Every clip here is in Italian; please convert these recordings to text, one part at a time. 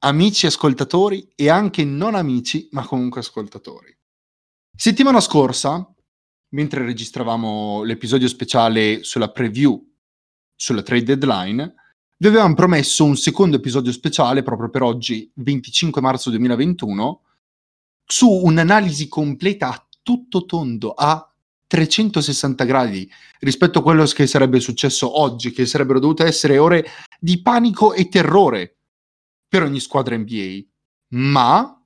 amici ascoltatori e anche non amici, ma comunque ascoltatori. Settimana scorsa, mentre registravamo l'episodio speciale sulla preview sulla trade deadline, vi avevamo promesso un secondo episodio speciale proprio per oggi, 25 marzo 2021, su un'analisi completa a tutto tondo, a 360 gradi rispetto a quello che sarebbe successo oggi, che sarebbero dovute essere ore di panico e terrore per ogni squadra NBA. Ma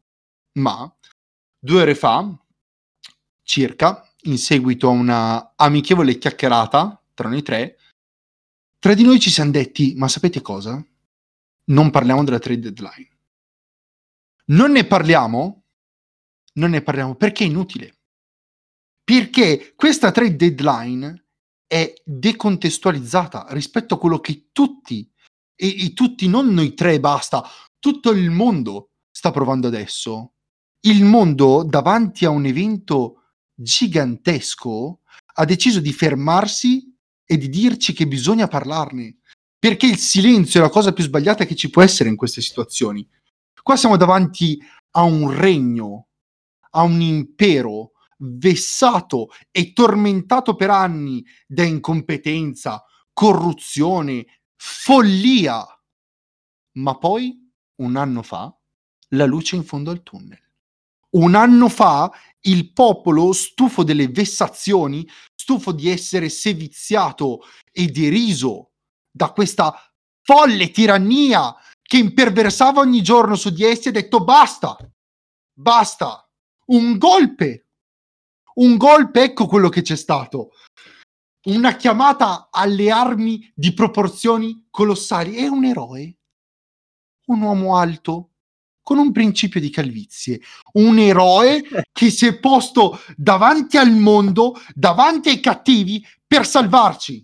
2 ore fa, circa, in seguito a una amichevole chiacchierata tra noi tre di noi ci siamo detti: ma sapete cosa? Non parliamo della trade deadline. Non ne parliamo perché è inutile. Perché questa trade deadline è decontestualizzata rispetto a quello che tutti, e tutti, non noi tre e basta, tutto il mondo sta provando adesso. Il mondo, davanti a un evento gigantesco, ha deciso di fermarsi e di dirci che bisogna parlarne. Perché il silenzio è la cosa più sbagliata che ci può essere in queste situazioni. Qua siamo davanti a un regno, a un impero vessato e tormentato per anni da incompetenza, corruzione, follia. Ma poi, un anno fa, la luce in fondo al tunnel. Un anno fa, il popolo, stufo delle vessazioni, stufo di essere seviziato e deriso da questa folle tirannia che imperversava ogni giorno su di essi, ha detto basta, un golpe, ecco quello che c'è stato. Una chiamata alle armi di proporzioni colossali. È un eroe, un uomo alto, con un principio di calvizie, un eroe che si è posto davanti al mondo, davanti ai cattivi, per salvarci.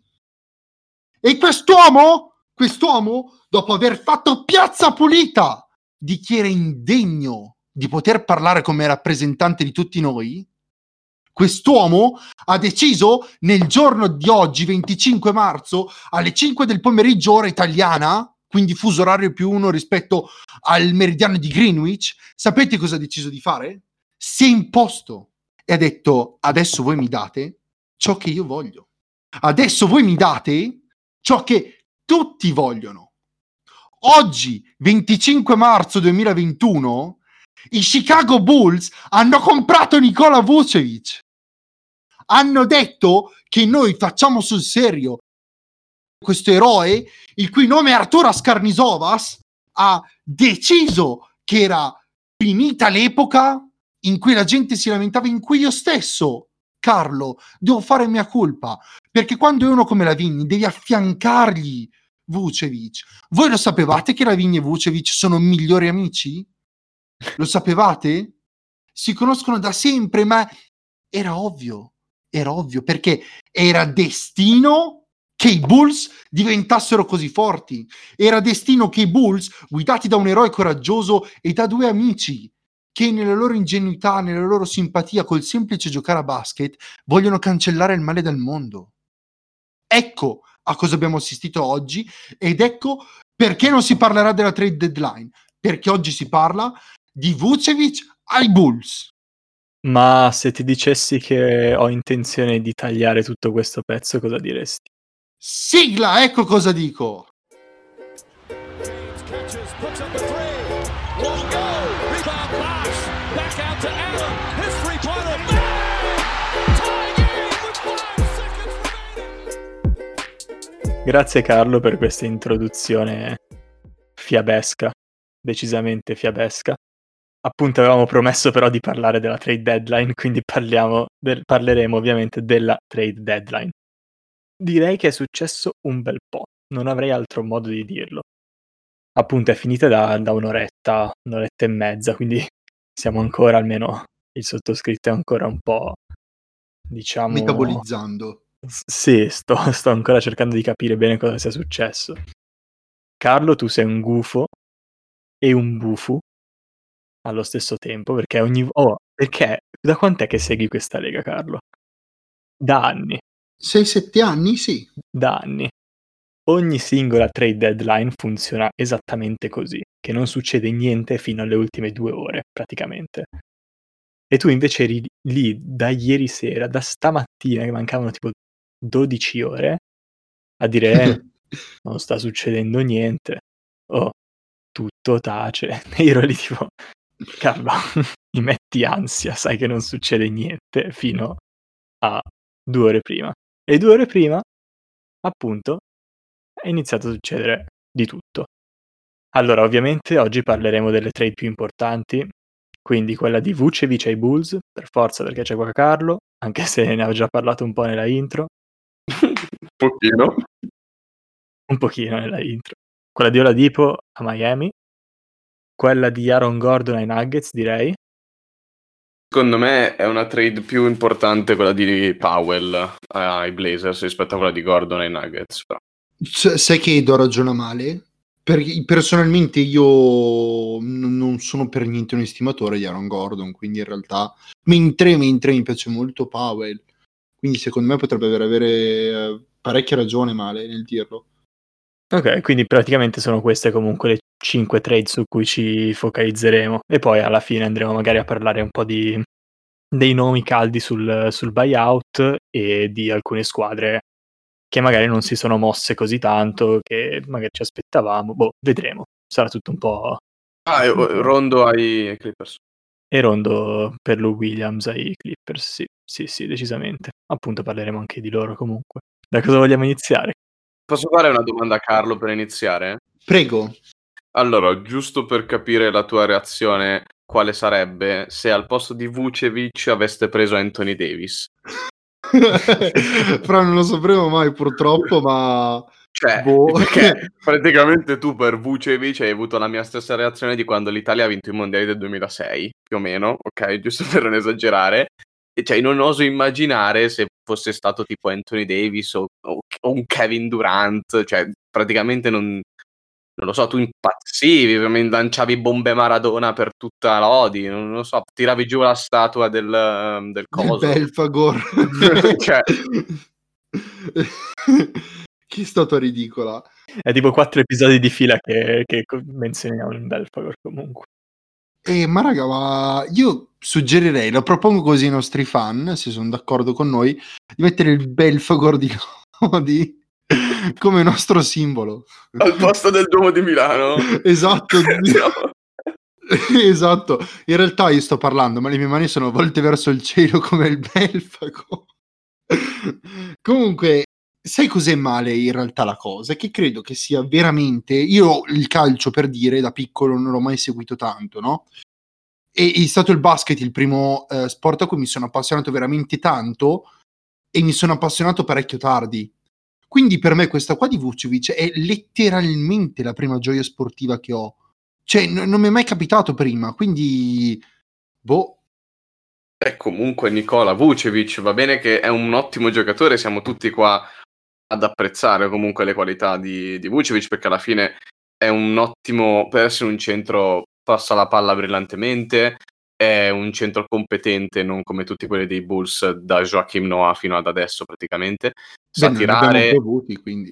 E quest'uomo, dopo aver fatto piazza pulita di chi era indegno di poter parlare come rappresentante di tutti noi, quest'uomo ha deciso nel giorno di oggi, 25 marzo, alle 5 del pomeriggio ora italiana, quindi fuso orario +1 rispetto al meridiano di Greenwich, sapete cosa ha deciso di fare? Si è imposto e ha detto: adesso voi mi date ciò che io voglio. Adesso voi mi date ciò che tutti vogliono. Oggi, 25 marzo 2021, i Chicago Bulls hanno comprato Nikola Vucevic. Hanno detto che noi facciamo sul serio questo eroe, il cui nome è Arturas Karnisovas, ha deciso che era finita l'epoca in cui la gente si lamentava, in cui io stesso, Carlo, devo fare mia colpa, perché quando è uno come Lavigne devi affiancargli Vucevic. Voi lo sapevate che Lavigne e Vucevic sono migliori amici? Lo sapevate? Si conoscono da sempre, ma era ovvio, perché era destino che i Bulls diventassero così forti. Era destino che i Bulls, guidati da un eroe coraggioso e da 2 amici che nella loro ingenuità, nella loro simpatia col semplice giocare a basket, vogliono cancellare il male dal mondo. Ecco a cosa abbiamo assistito oggi, ed ecco perché non si parlerà della trade deadline, perché oggi si parla di Vucevic ai Bulls. Ma se ti dicessi che ho intenzione di tagliare tutto questo pezzo, cosa diresti? Sigla, ecco cosa dico. Grazie Carlo per questa introduzione fiabesca, decisamente fiabesca. Appunto avevamo promesso però di parlare della trade deadline, quindi parleremo ovviamente della trade deadline. Direi che è successo un bel po', non avrei altro modo di dirlo. Appunto è finita da un'oretta e mezza, quindi siamo ancora, almeno il sottoscritto è ancora un po', diciamo... Metabolizzando. Sì, sto ancora cercando di capire bene cosa sia successo. Carlo, tu sei un gufo e un bufu allo stesso tempo, perché perché da quant'è che segui questa lega, Carlo? Da anni. 6-7 anni, sì. Da anni. Ogni singola trade deadline funziona esattamente così. che non succede niente fino alle ultime 2 ore, praticamente. E tu invece eri lì da ieri sera, da stamattina, che mancavano tipo 12 ore, a dire non sta succedendo niente. Oh, tutto tace. E io ero lì tipo, Carlo, mi metti ansia, sai che non succede niente fino a 2 ore prima. E 2 ore prima, appunto, è iniziato a succedere di tutto. Allora, ovviamente oggi parleremo delle trade più importanti, quindi quella di Vucevic ai Bulls, per forza perché c'è qua Carlo, anche se ne avevo già parlato un po' nella intro. Un pochino. Un pochino nella intro. Quella di Oladipo a Miami, quella di Aaron Gordon ai Nuggets, direi. Secondo me è una trade più importante quella di Powell ai Blazers rispetto a quella di Gordon ai Nuggets. Però. Sai che Edo ragiona male? Perché personalmente io non sono per niente un estimatore di Aaron Gordon, quindi in realtà mentre mi piace molto Powell, quindi secondo me potrebbe avere parecchia ragione male nel dirlo. Ok, quindi praticamente sono queste comunque le 5 trade su cui ci focalizzeremo e poi alla fine andremo magari a parlare un po' dei nomi caldi sul buyout e di alcune squadre che magari non si sono mosse così tanto, che magari ci aspettavamo. Boh, vedremo. Sarà tutto un po'... Rondo ai Clippers. E Rondo per Lou Williams ai Clippers, sì, decisamente. Appunto parleremo anche di loro comunque. Da cosa vogliamo iniziare? Posso fare una domanda a Carlo per iniziare? Prego. Allora, giusto per capire la tua reazione, quale sarebbe se al posto di Vucevic aveste preso Anthony Davis? Però non lo sapremo mai purtroppo, ma... Cioè, perché praticamente tu per Vucevic hai avuto la mia stessa reazione di quando l'Italia ha vinto i mondiali del 2006, più o meno, ok? Giusto per non esagerare. E cioè, non oso immaginare se fosse stato tipo Anthony Davis o un Kevin Durant, cioè, praticamente non lo so, tu impazzivi, lanciavi bombe Maradona per tutta l'Odi, non lo so, tiravi giù la statua del coso. Belfagor. Cioè... Che statua ridicola. È tipo 4 episodi di fila che menzioniamo in Belfagor comunque. Ma raga, ma io suggerirei, lo propongo così ai nostri fan, se sono d'accordo con noi, di mettere il Belfagor di Lodi come nostro simbolo. Al posto del Duomo di Milano? Esatto. No. Esatto. In realtà io sto parlando, ma le mie mani sono volte verso il cielo come il Belfagor. Comunque, sai cos'è male in realtà la cosa? È che credo che sia veramente... Io il calcio, per dire, da piccolo non l'ho mai seguito tanto, no? E è stato il basket il primo sport a cui mi sono appassionato veramente tanto e mi sono appassionato parecchio tardi. Quindi per me questa qua di Vucevic è letteralmente la prima gioia sportiva che ho. Cioè, non mi è mai capitato prima, quindi... Boh. E comunque Nikola Vucevic, va bene che è un ottimo giocatore, siamo tutti qua ad apprezzare comunque le qualità di Vucevic, perché alla fine è un ottimo, per essere un centro, passa la palla brillantemente, è un centro competente, non come tutti quelli dei Bulls da Joachim Noah fino ad adesso praticamente, sa tirare, Avuti, quindi.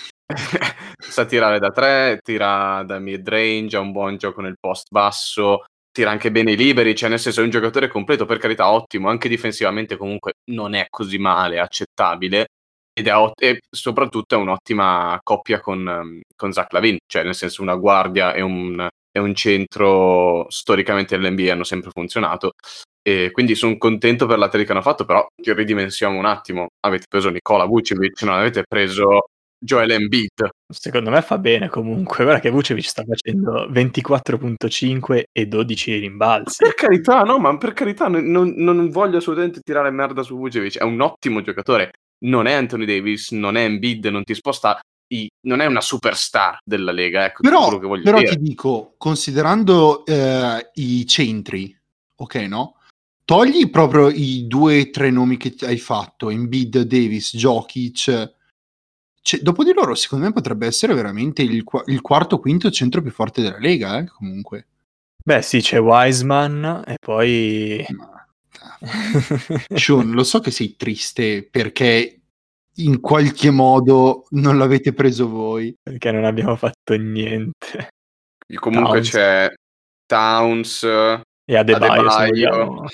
sa tirare da 3, tira da mid range, ha un buon gioco nel post basso, tira anche bene i liberi, cioè nel senso è un giocatore completo, per carità ottimo, anche difensivamente comunque non è così male, è accettabile, ed e soprattutto è un'ottima coppia con Zach LaVine, cioè nel senso una guardia e un centro storicamente nell'NBA hanno sempre funzionato, e quindi sono contento per la trade che hanno fatto, però ridimensioniamo un attimo, avete preso Nikola Vucevic, non avete preso Joel Embiid. Secondo me fa bene comunque, guarda che Vucevic sta facendo 24.5 e 12 rimbalzi. Per carità, no, ma per carità, non voglio assolutamente tirare merda su Vucevic, è un ottimo giocatore, non è Anthony Davis, non è Embiid, non ti sposta, non è una superstar della Lega, ecco tutto quello che voglio però dire. ti dico, considerando i centri, ok, no? Togli proprio i 2-3 nomi che hai fatto, Embiid, Davis, Jokic. Cioè, dopo di loro, secondo me, potrebbe essere veramente il quarto o quinto centro più forte della Lega, comunque. Beh sì, c'è Wiseman e poi... Sean, lo so che sei triste perché in qualche modo non l'avete preso voi. Perché non abbiamo fatto niente. Comunque Towns c'è Towns, e Adebayo, se Adebayo. vogliamo.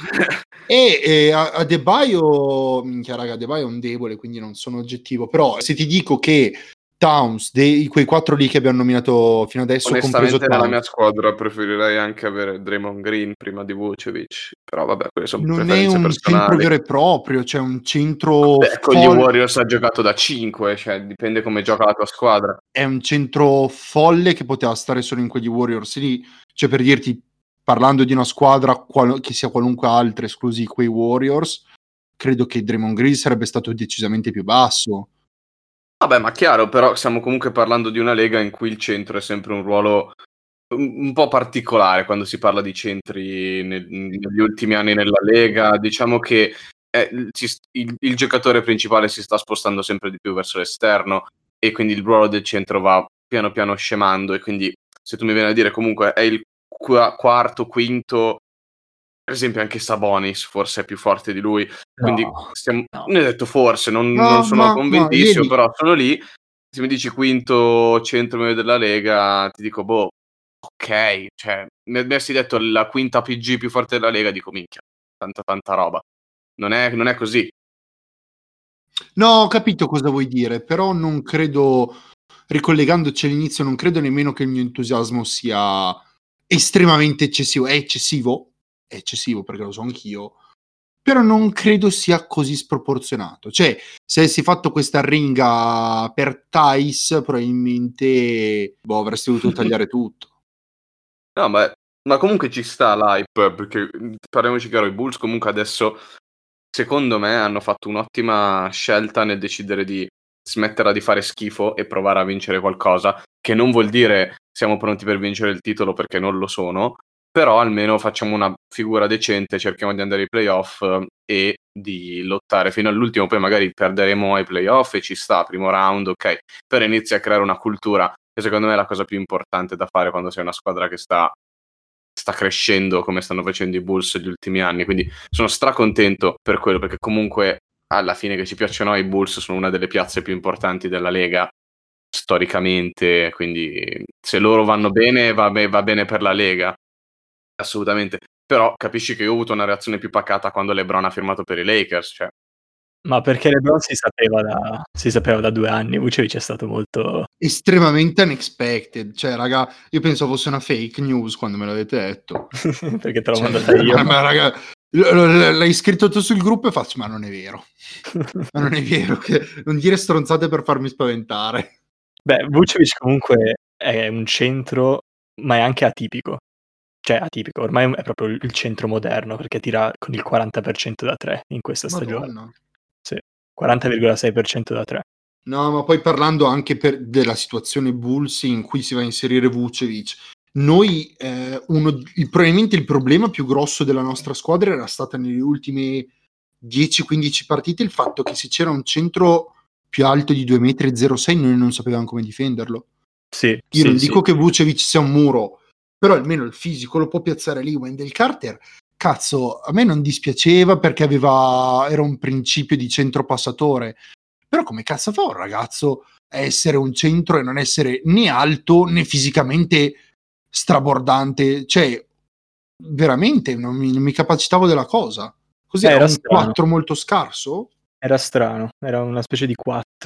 E Adebayo, minchia raga, Adebayo è un debole, quindi non sono oggettivo, però se ti dico che Towns, quei 4 lì che abbiamo nominato fino adesso, compreso Onestamente nella mia Towns, squadra preferirei anche avere Draymond Green prima di Vucevic, però vabbè, quelle sono non è preferenze un centro personali. vero e proprio, cioè un centro Beh, con gli Warriors ha giocato da 5, cioè dipende come gioca la tua squadra. è un centro folle che poteva stare solo in quegli Warriors lì, cioè per dirti, parlando di una squadra che sia qualunque altra, esclusi quei Warriors, credo che Draymond Green sarebbe stato decisamente più basso. Vabbè, ma chiaro, però stiamo comunque parlando di una lega in cui il centro è sempre un ruolo un po' particolare quando si parla di centri negli ultimi anni nella Lega. Diciamo che il giocatore principale si sta spostando sempre di più verso l'esterno e quindi il ruolo del centro va piano piano scemando, e quindi se tu mi vieni a dire comunque è il quarto, quinto, per esempio anche Sabonis forse è più forte di lui, quindi No, no. ne ho detto forse, non No, sono ma convintissimo, vedi, però sono lì. Se mi dici quinto centro medio della Lega, ti dico, boh, ok, cioè, mi avessi detto la quinta PG più forte della Lega, dico, minchia, tanta roba. Non è così. no, ho capito cosa vuoi dire, però non credo, ricollegandoci all'inizio, non credo nemmeno che il mio entusiasmo sia estremamente eccessivo. È eccessivo perché lo so anch'io, però non credo sia così sproporzionato. Cioè, se avessi fatto questa ringa per Thais, probabilmente avresti dovuto tagliare tutto. No, ma comunque ci sta l'hype, perché parliamoci chiaro, i Bulls comunque adesso, secondo me, hanno fatto un'ottima scelta nel decidere di smetterla di fare schifo e provare a vincere qualcosa, che non vuol dire siamo pronti per vincere il titolo, perché non lo sono, però almeno facciamo una figura decente, cerchiamo di andare ai playoff e di lottare fino all'ultimo, poi magari perderemo ai playoff e ci sta, primo round, ok, però inizia a creare una cultura, che secondo me è la cosa più importante da fare quando sei una squadra che sta crescendo come stanno facendo i Bulls negli ultimi anni, quindi sono stracontento per quello, perché comunque alla fine, che ci piacciono, i Bulls sono una delle piazze più importanti della Lega storicamente, quindi se loro vanno bene va bene per la Lega, assolutamente. Però capisci che io ho avuto una reazione più pacata quando LeBron ha firmato per i Lakers, cioè. Ma perché LeBron si sapeva da 2 anni, Vucevic è stato molto Estremamente unexpected. Cioè, raga, io penso fosse una fake news quando me l'avete detto. perché te l'ho Cioè, mandata io. ma raga, l'hai scritto tu sul gruppo e faccio, ma non è vero. Ma non è vero, non dire stronzate per farmi spaventare. Beh, Vucevic comunque è un centro, ma è anche atipico. Cioè atipico, ormai è proprio il centro moderno, perché tira con il 40% da 3 in questa stagione. Madonna. Sì, 40,6% da 3. No, ma poi parlando anche della situazione Bulls in cui si va a inserire Vucevic, noi, probabilmente il problema più grosso della nostra squadra era stata nelle ultime 10-15 partite il fatto che se c'era un centro più alto di 2,06 m noi non sapevamo come difenderlo. Sì, Io non sì, dico che Vucevic sia un muro, però almeno il fisico lo può piazzare lì. Wendell Carter, cazzo, a me non dispiaceva perché era un principio di centro passatore, però come cazzo fa un ragazzo a essere un centro e non essere né alto né fisicamente strabordante? Cioè, veramente non mi capacitavo della cosa. Cos'era era un strano. 4 molto scarso? Era strano, era una specie di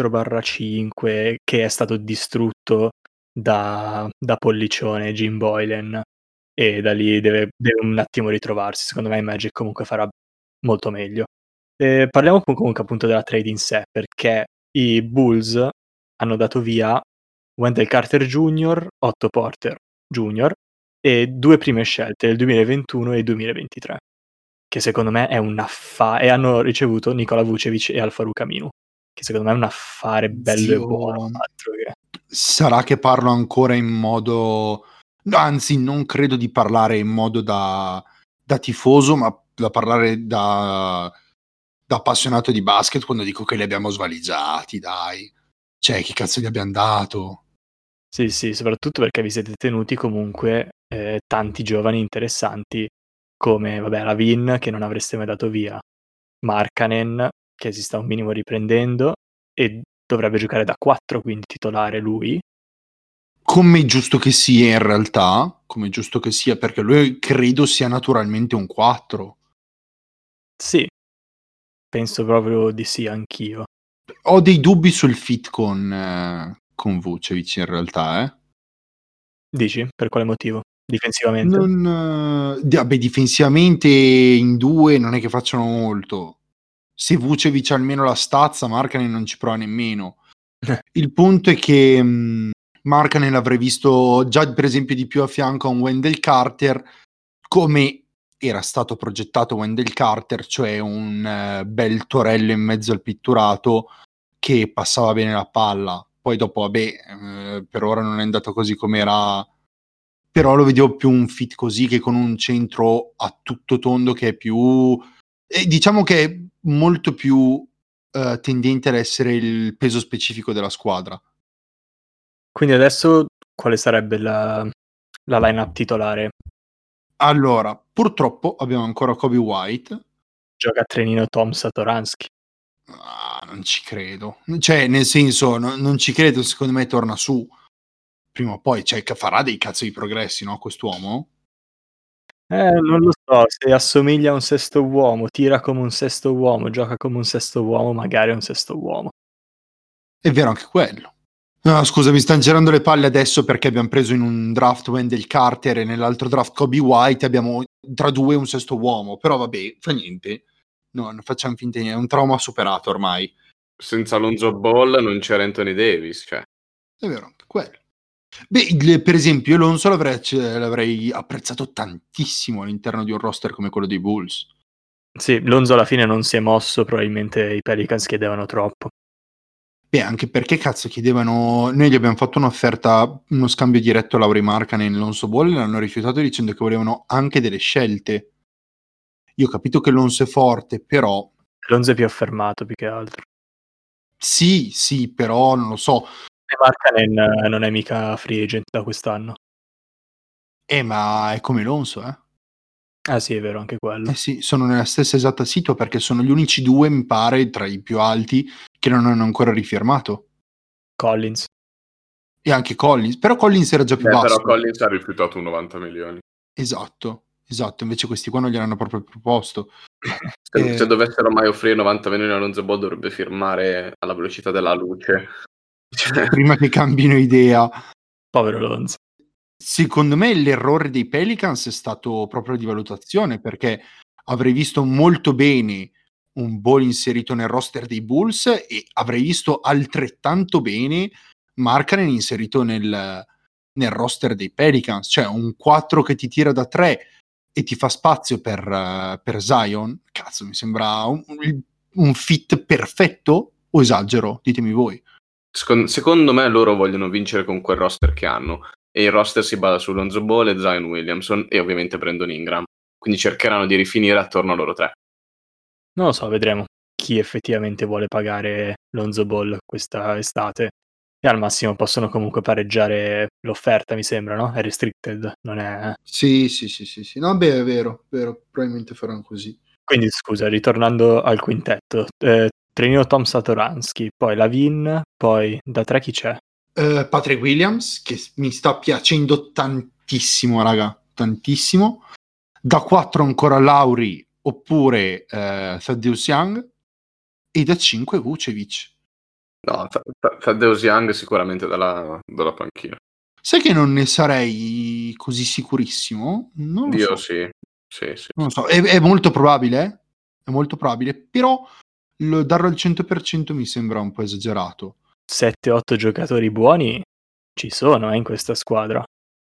4/5 che è stato distrutto da Pollicione, Jim Boylen, e da lì deve un attimo ritrovarsi. Secondo me Magic comunque farà molto meglio. Parliamo comunque appunto della trade in sé, perché i Bulls hanno dato via Wendell Carter Jr., Otto Porter Jr. e 2 prime scelte del 2021 e 2023. Che secondo me è un e hanno ricevuto Nikola Vucevic e Al-Farouq Aminu, che secondo me è un affare bello e buono, Zio, altro che sarà che parlo ancora in modo... No, anzi, non credo di parlare in modo da tifoso, ma da parlare da appassionato di basket quando dico che li abbiamo svaligiati, dai. Cioè, che cazzo gli abbiamo dato? sì, soprattutto perché vi siete tenuti comunque tanti giovani interessanti come, vabbè, Lavin, che non avreste mai dato via, Markkanen, che si sta un minimo riprendendo e dovrebbe giocare da 4, quindi titolare lui, come è giusto che sia in realtà, come è giusto che sia, perché lui credo sia naturalmente un 4. Sì, penso proprio di sì, anch'io. Ho dei dubbi sul fit con Vucevic in realtà, Dici? Per quale motivo? Difensivamente? Vabbè, difensivamente in 2 non è che facciano molto. Se Vucevic almeno la stazza, Markkanen non ci prova nemmeno. Il punto è che Markkanen l'avrei visto già per esempio di più a fianco a un Wendell Carter, come era stato progettato Wendell Carter, cioè un bel torello in mezzo al pitturato che passava bene la palla. Poi dopo, vabbè, per ora non è andato così come era, però lo vedevo più un fit così che con un centro a tutto tondo che è più... diciamo che è molto più tendente ad essere il peso specifico della squadra. Quindi adesso quale sarebbe la line-up titolare? Allora, purtroppo abbiamo ancora Kobe White. Gioca a trenino Tom Satoransky. Non ci credo. Cioè, nel senso, non ci credo, secondo me torna su. Prima o poi, cioè, che farà dei cazzo di progressi, no, quest'uomo? Non lo so, se assomiglia a un sesto uomo, tira come un sesto uomo, gioca come un sesto uomo, magari è un sesto uomo. È vero anche quello. No, scusa, mi stanno girando le palle adesso perché abbiamo preso in un draft Wendell Carter e nell'altro draft Kobe White, abbiamo tra due un sesto uomo, però vabbè, fa niente. No, non facciamo finta di niente, è un trauma superato ormai. Senza Lonzo Ball non c'era Anthony Davis, cioè. È vero anche quello. Beh, per esempio, io Lonzo l'avrei apprezzato tantissimo all'interno di un roster come quello dei Bulls. Sì, Lonzo alla fine non si è mosso, probabilmente i Pelicans chiedevano troppo. Beh, anche perché cazzo chiedevano... Noi gli abbiamo fatto un'offerta, uno scambio diretto a Lauri Markkanen e Lonzo Ball e l'hanno rifiutato dicendo che volevano anche delle scelte. Io ho capito che Lonzo è forte, però... Lonzo è più affermato, più che altro. Sì, però non lo so. E Markkanen non è mica free agent da quest'anno. Ma è come Lonzo, eh? Ah sì, è vero, anche quello. Sì, sono nella stessa esatta situazione perché sono gli unici due, mi pare, tra i più alti, che non hanno ancora rifirmato. Collins. E anche Collins, però Collins era già più basso. Però Collins ha rifiutato un 90 milioni. Esatto, invece questi qua non gliel'hanno proprio proposto. Se dovessero mai offrire 90 milioni a Lonzo Ball dovrebbe firmare alla velocità della luce. Prima che cambino idea. Povero Lonzo. Secondo me l'errore dei Pelicans è stato proprio di valutazione, perché avrei visto molto bene un Ball inserito nel roster dei Bulls e avrei visto altrettanto bene Markkanen inserito nel roster dei Pelicans, cioè un 4 che ti tira da 3 e ti fa spazio per Zion. Cazzo, mi sembra un fit perfetto, o esagero? Ditemi voi. Secondo me loro vogliono vincere con quel roster che hanno, e il roster si basa su Lonzo Ball e Zion Williamson e ovviamente Brandon Ingram, quindi cercheranno di rifinire attorno a loro tre. Non lo so, vedremo chi effettivamente vuole pagare Lonzo Ball questa estate. E al massimo possono comunque pareggiare l'offerta, mi sembra, no? È restricted, non è... Sì. No, beh, è vero, probabilmente faranno così. Quindi, scusa, ritornando al quintetto, trenino Tom Satoransky, poi Lavin, poi da 3 chi c'è? Patrick Williams, che mi sta piacendo tantissimo, raga, tantissimo. Da 4 ancora Lauri, oppure Thaddeus Young, e da 5 Vucevic. No, Thaddeus Young sicuramente dalla panchina. Sai che non ne sarei così sicurissimo? Non lo so. Sì. Non lo so. È molto probabile, È molto probabile, però darlo al 100% mi sembra un po' esagerato. 7-8 giocatori buoni ci sono in questa squadra.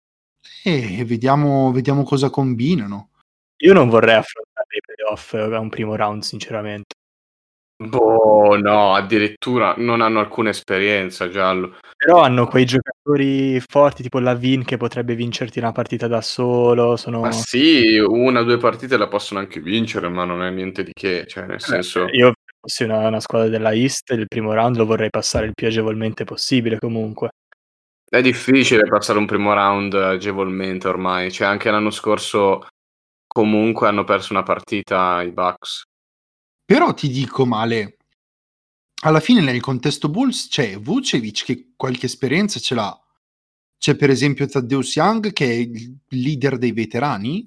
E vediamo cosa combinano. Io non vorrei affrontare i playoff a un primo round, sinceramente. Boh, no, addirittura non hanno alcuna esperienza, Giallo. Però hanno quei giocatori forti, tipo Lavin, che potrebbe vincerti una partita da solo. Ma sì, 1 o 2 partite la possono anche vincere, ma non è niente di che, cioè nel senso... Io fossi una squadra della East, il primo round lo vorrei passare il più agevolmente possibile comunque. È difficile passare un primo round agevolmente ormai, cioè anche l'anno scorso comunque hanno perso una partita i Bucks. Però ti dico, Male, alla fine nel contesto Bulls c'è Vucevic che qualche esperienza ce l'ha, C'è per esempio Tadeusz Young, che è il leader dei veterani.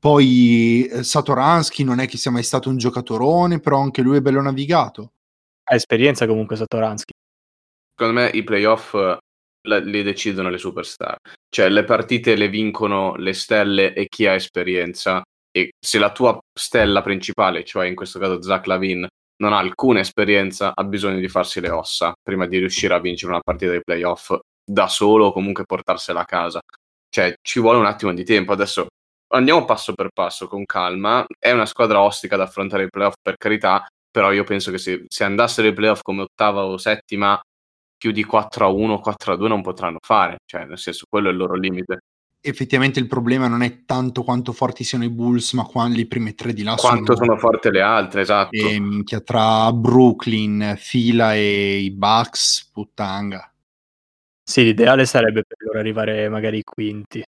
Poi Satoransky non è che sia mai stato un giocatorone, però anche lui è bello navigato. Ha esperienza comunque Satoransky. Secondo me i playoff li decidono le superstar. Cioè, le partite le vincono le stelle e chi ha esperienza. E se la tua stella principale, cioè in questo caso Zach LaVine, non ha alcuna esperienza, ha bisogno di farsi le ossa prima di riuscire a vincere una partita dei playoff da solo o comunque portarsela a casa. Cioè, ci vuole un attimo di tempo. Adesso andiamo passo per passo, con calma. È una squadra ostica da affrontare i playoff, per carità, però io penso che se andassero ai playoff come ottava o settima, più di 4-1, 4-2 non potranno fare. Cioè, nel senso, quello è il loro limite. Effettivamente il problema non è tanto quanto forti siano i Bulls, ma quando le prime tre di là Quanto sono forti le altre, esatto. E minchia, tra Brooklyn, Fila e i Bucks, puttanga. Sì, l'ideale sarebbe per loro arrivare magari quinti.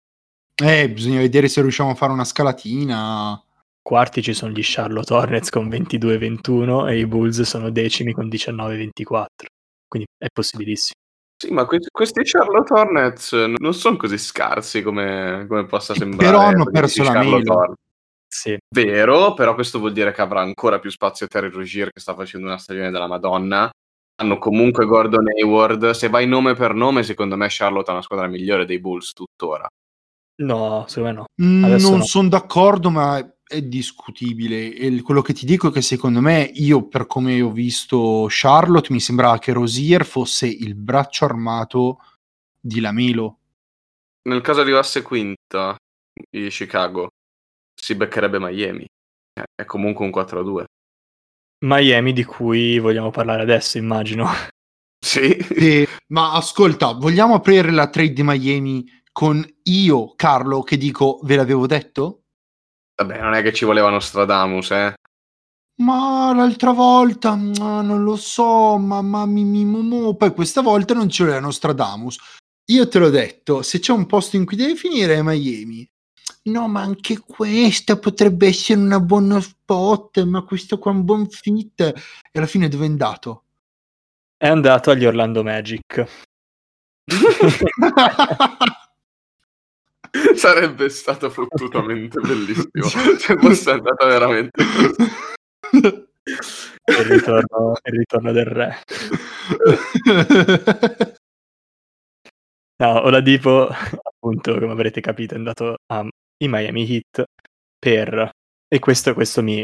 Bisogna vedere se riusciamo a fare una scalatina. Quarti ci sono gli Charlotte Hornets con 22-21 e i Bulls sono decimi con 19-24. Quindi è possibilissimo. Sì, ma questi Charlotte Hornets non sono così scarsi come possa sembrare. Però hanno perso la Melo. Sì. Vero, però questo vuol dire che avrà ancora più spazio Terry Rozier, che sta facendo una stagione della Madonna. Hanno comunque Gordon Hayward. Se vai nome per nome, secondo me Charlotte è una squadra migliore dei Bulls tuttora. No, secondo me no. Adesso non no. sono d'accordo, ma è discutibile. E quello che ti dico è che secondo me, io per come ho visto Charlotte, mi sembrava che Rozier fosse il braccio armato di Lamelo. Nel caso arrivasse quinta di Chicago, si beccherebbe Miami. È comunque un 4-2. Miami, di cui vogliamo parlare adesso, immagino. Sì. Ma ascolta, vogliamo aprire la trade di Miami con io, Carlo, che dico ve l'avevo detto? Vabbè, non è che ci voleva Nostradamus, Ma l'altra volta non lo so, poi questa volta non ci voleva Nostradamus. Io te l'ho detto, se c'è un posto in cui devi finire è Miami. No, ma anche questa potrebbe essere una buona spot, ma questo qua è un buon fit. E alla fine dove è andato? È andato agli Orlando Magic. Sarebbe stato fottutamente bellissimo se fosse andata veramente così. Il ritorno del re. No, Oladipo, appunto, come avrete capito, è andato ai Miami Heat e questo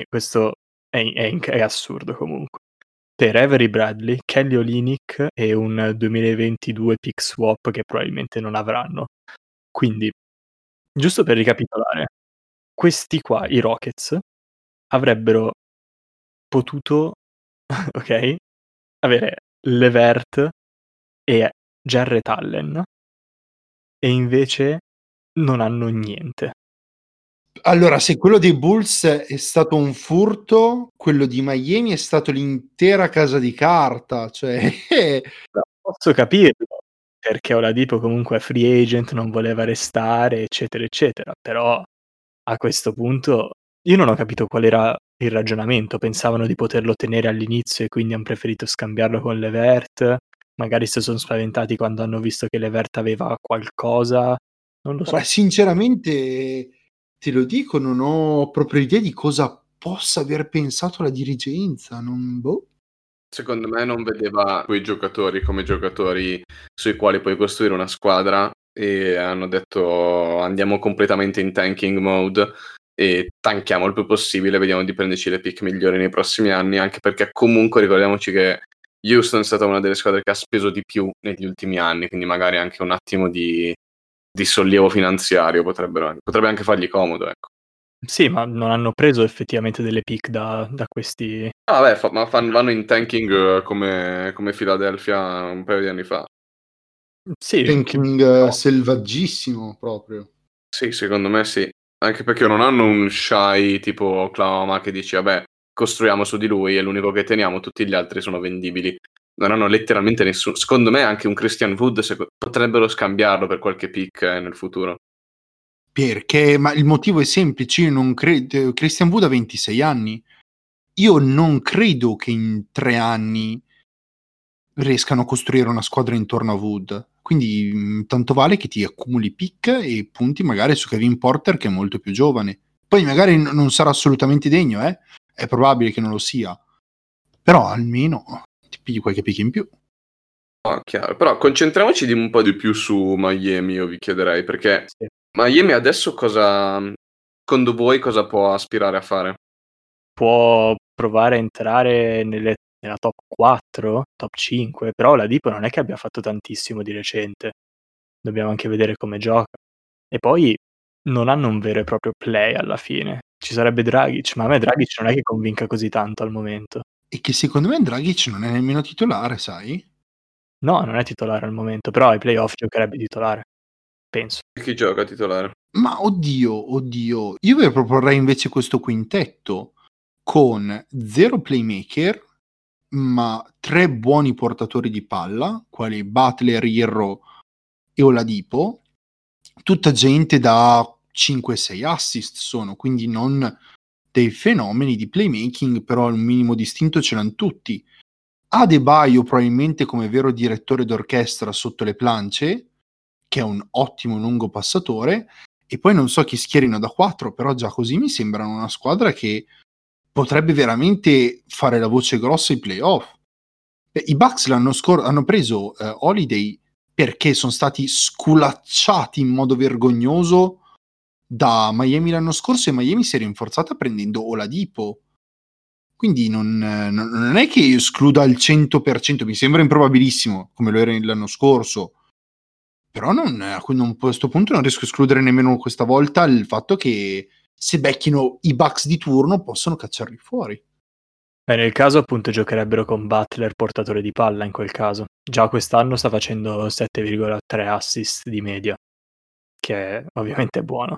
è assurdo comunque. Per Avery Bradley, Kelly Olynyk e un 2022 pick swap che probabilmente non avranno. Quindi, giusto per ricapitolare, questi qua, i Rockets, avrebbero potuto, ok, avere LeVert e Jarrett Allen e invece non hanno niente. Allora, se quello dei Bulls è stato un furto, quello di Miami è stato l'intera casa di carta, cioè Posso capirlo, perché Oladipo comunque è free agent, non voleva restare, eccetera, eccetera, però a questo punto io non ho capito qual era il ragionamento. Pensavano di poterlo tenere all'inizio e quindi han preferito scambiarlo con LeVert, magari si sono spaventati quando hanno visto che LeVert aveva qualcosa, non lo so. Ma sinceramente te lo dico, non ho proprio idea di cosa possa aver pensato la dirigenza, Secondo me non vedeva quei giocatori come giocatori sui quali puoi costruire una squadra e hanno detto andiamo completamente in tanking mode e tanchiamo il più possibile, vediamo di prenderci le pick migliori nei prossimi anni, anche perché comunque ricordiamoci che Houston è stata una delle squadre che ha speso di più negli ultimi anni, quindi magari anche un attimo di sollievo finanziario potrebbe anche fargli comodo, ecco. Sì, ma non hanno preso effettivamente delle pick da questi... Ah, vabbè, vanno in tanking come Philadelphia un paio di anni fa. Sì, tanking selvaggissimo proprio. Sì, secondo me sì. Anche perché non hanno un shy tipo Oklahoma che dici, vabbè, costruiamo su di lui, è l'unico che teniamo, tutti gli altri sono vendibili. Non hanno letteralmente nessuno. Secondo me anche un Christian Wood potrebbero scambiarlo per qualche pick nel futuro. Perché? Ma il motivo è semplice, io non credo. Christian Wood ha 26 anni. Io non credo che in 3 anni riescano a costruire una squadra intorno a Wood. Quindi tanto vale che ti accumuli pick e punti magari su Kevin Porter, che è molto più giovane. Poi magari non sarà assolutamente degno, è probabile che non lo sia, però almeno ti pigli qualche pick in più. Chiaro. Però concentriamoci un po' di più su Miami, io vi chiederei, perché Sì. Miami adesso secondo voi cosa può aspirare a fare? Può provare a entrare nella top 4, top 5, però Oladipo non è che abbia fatto tantissimo di recente. Dobbiamo anche vedere come gioca. E poi non hanno un vero e proprio play alla fine. Ci sarebbe Dragic, ma a me Dragic non è che convinca così tanto al momento. E che secondo me Dragic non è nemmeno titolare, sai? No, non è titolare al momento, però ai playoff giocherebbe titolare, penso. Chi gioca titolare? Ma oddio, io vi proporrei invece questo quintetto con 0 playmaker, ma 3 buoni portatori di palla, quali Butler, Herro e Oladipo, tutta gente da 5-6 assist sono, quindi non dei fenomeni di playmaking, però un minimo distinto ce l'hanno tutti. Adebayo probabilmente come vero direttore d'orchestra sotto le planche, che è un ottimo lungo passatore, e poi non so chi schierino da 4, però già così mi sembrano una squadra che potrebbe veramente fare la voce grossa ai playoff. I Bucks l'anno scorso hanno preso Holiday perché sono stati sculacciati in modo vergognoso da Miami l'anno scorso, e Miami si è rinforzata prendendo Oladipo. Quindi non è che io escluda al 100%, mi sembra improbabilissimo come lo era l'anno scorso, però a questo punto non riesco a escludere nemmeno questa volta il fatto che se becchino i Bucks di turno possono cacciarli fuori. Beh, nel caso appunto giocherebbero con Butler portatore di palla in quel caso. Già quest'anno sta facendo 7,3 assist di media, che ovviamente è buono.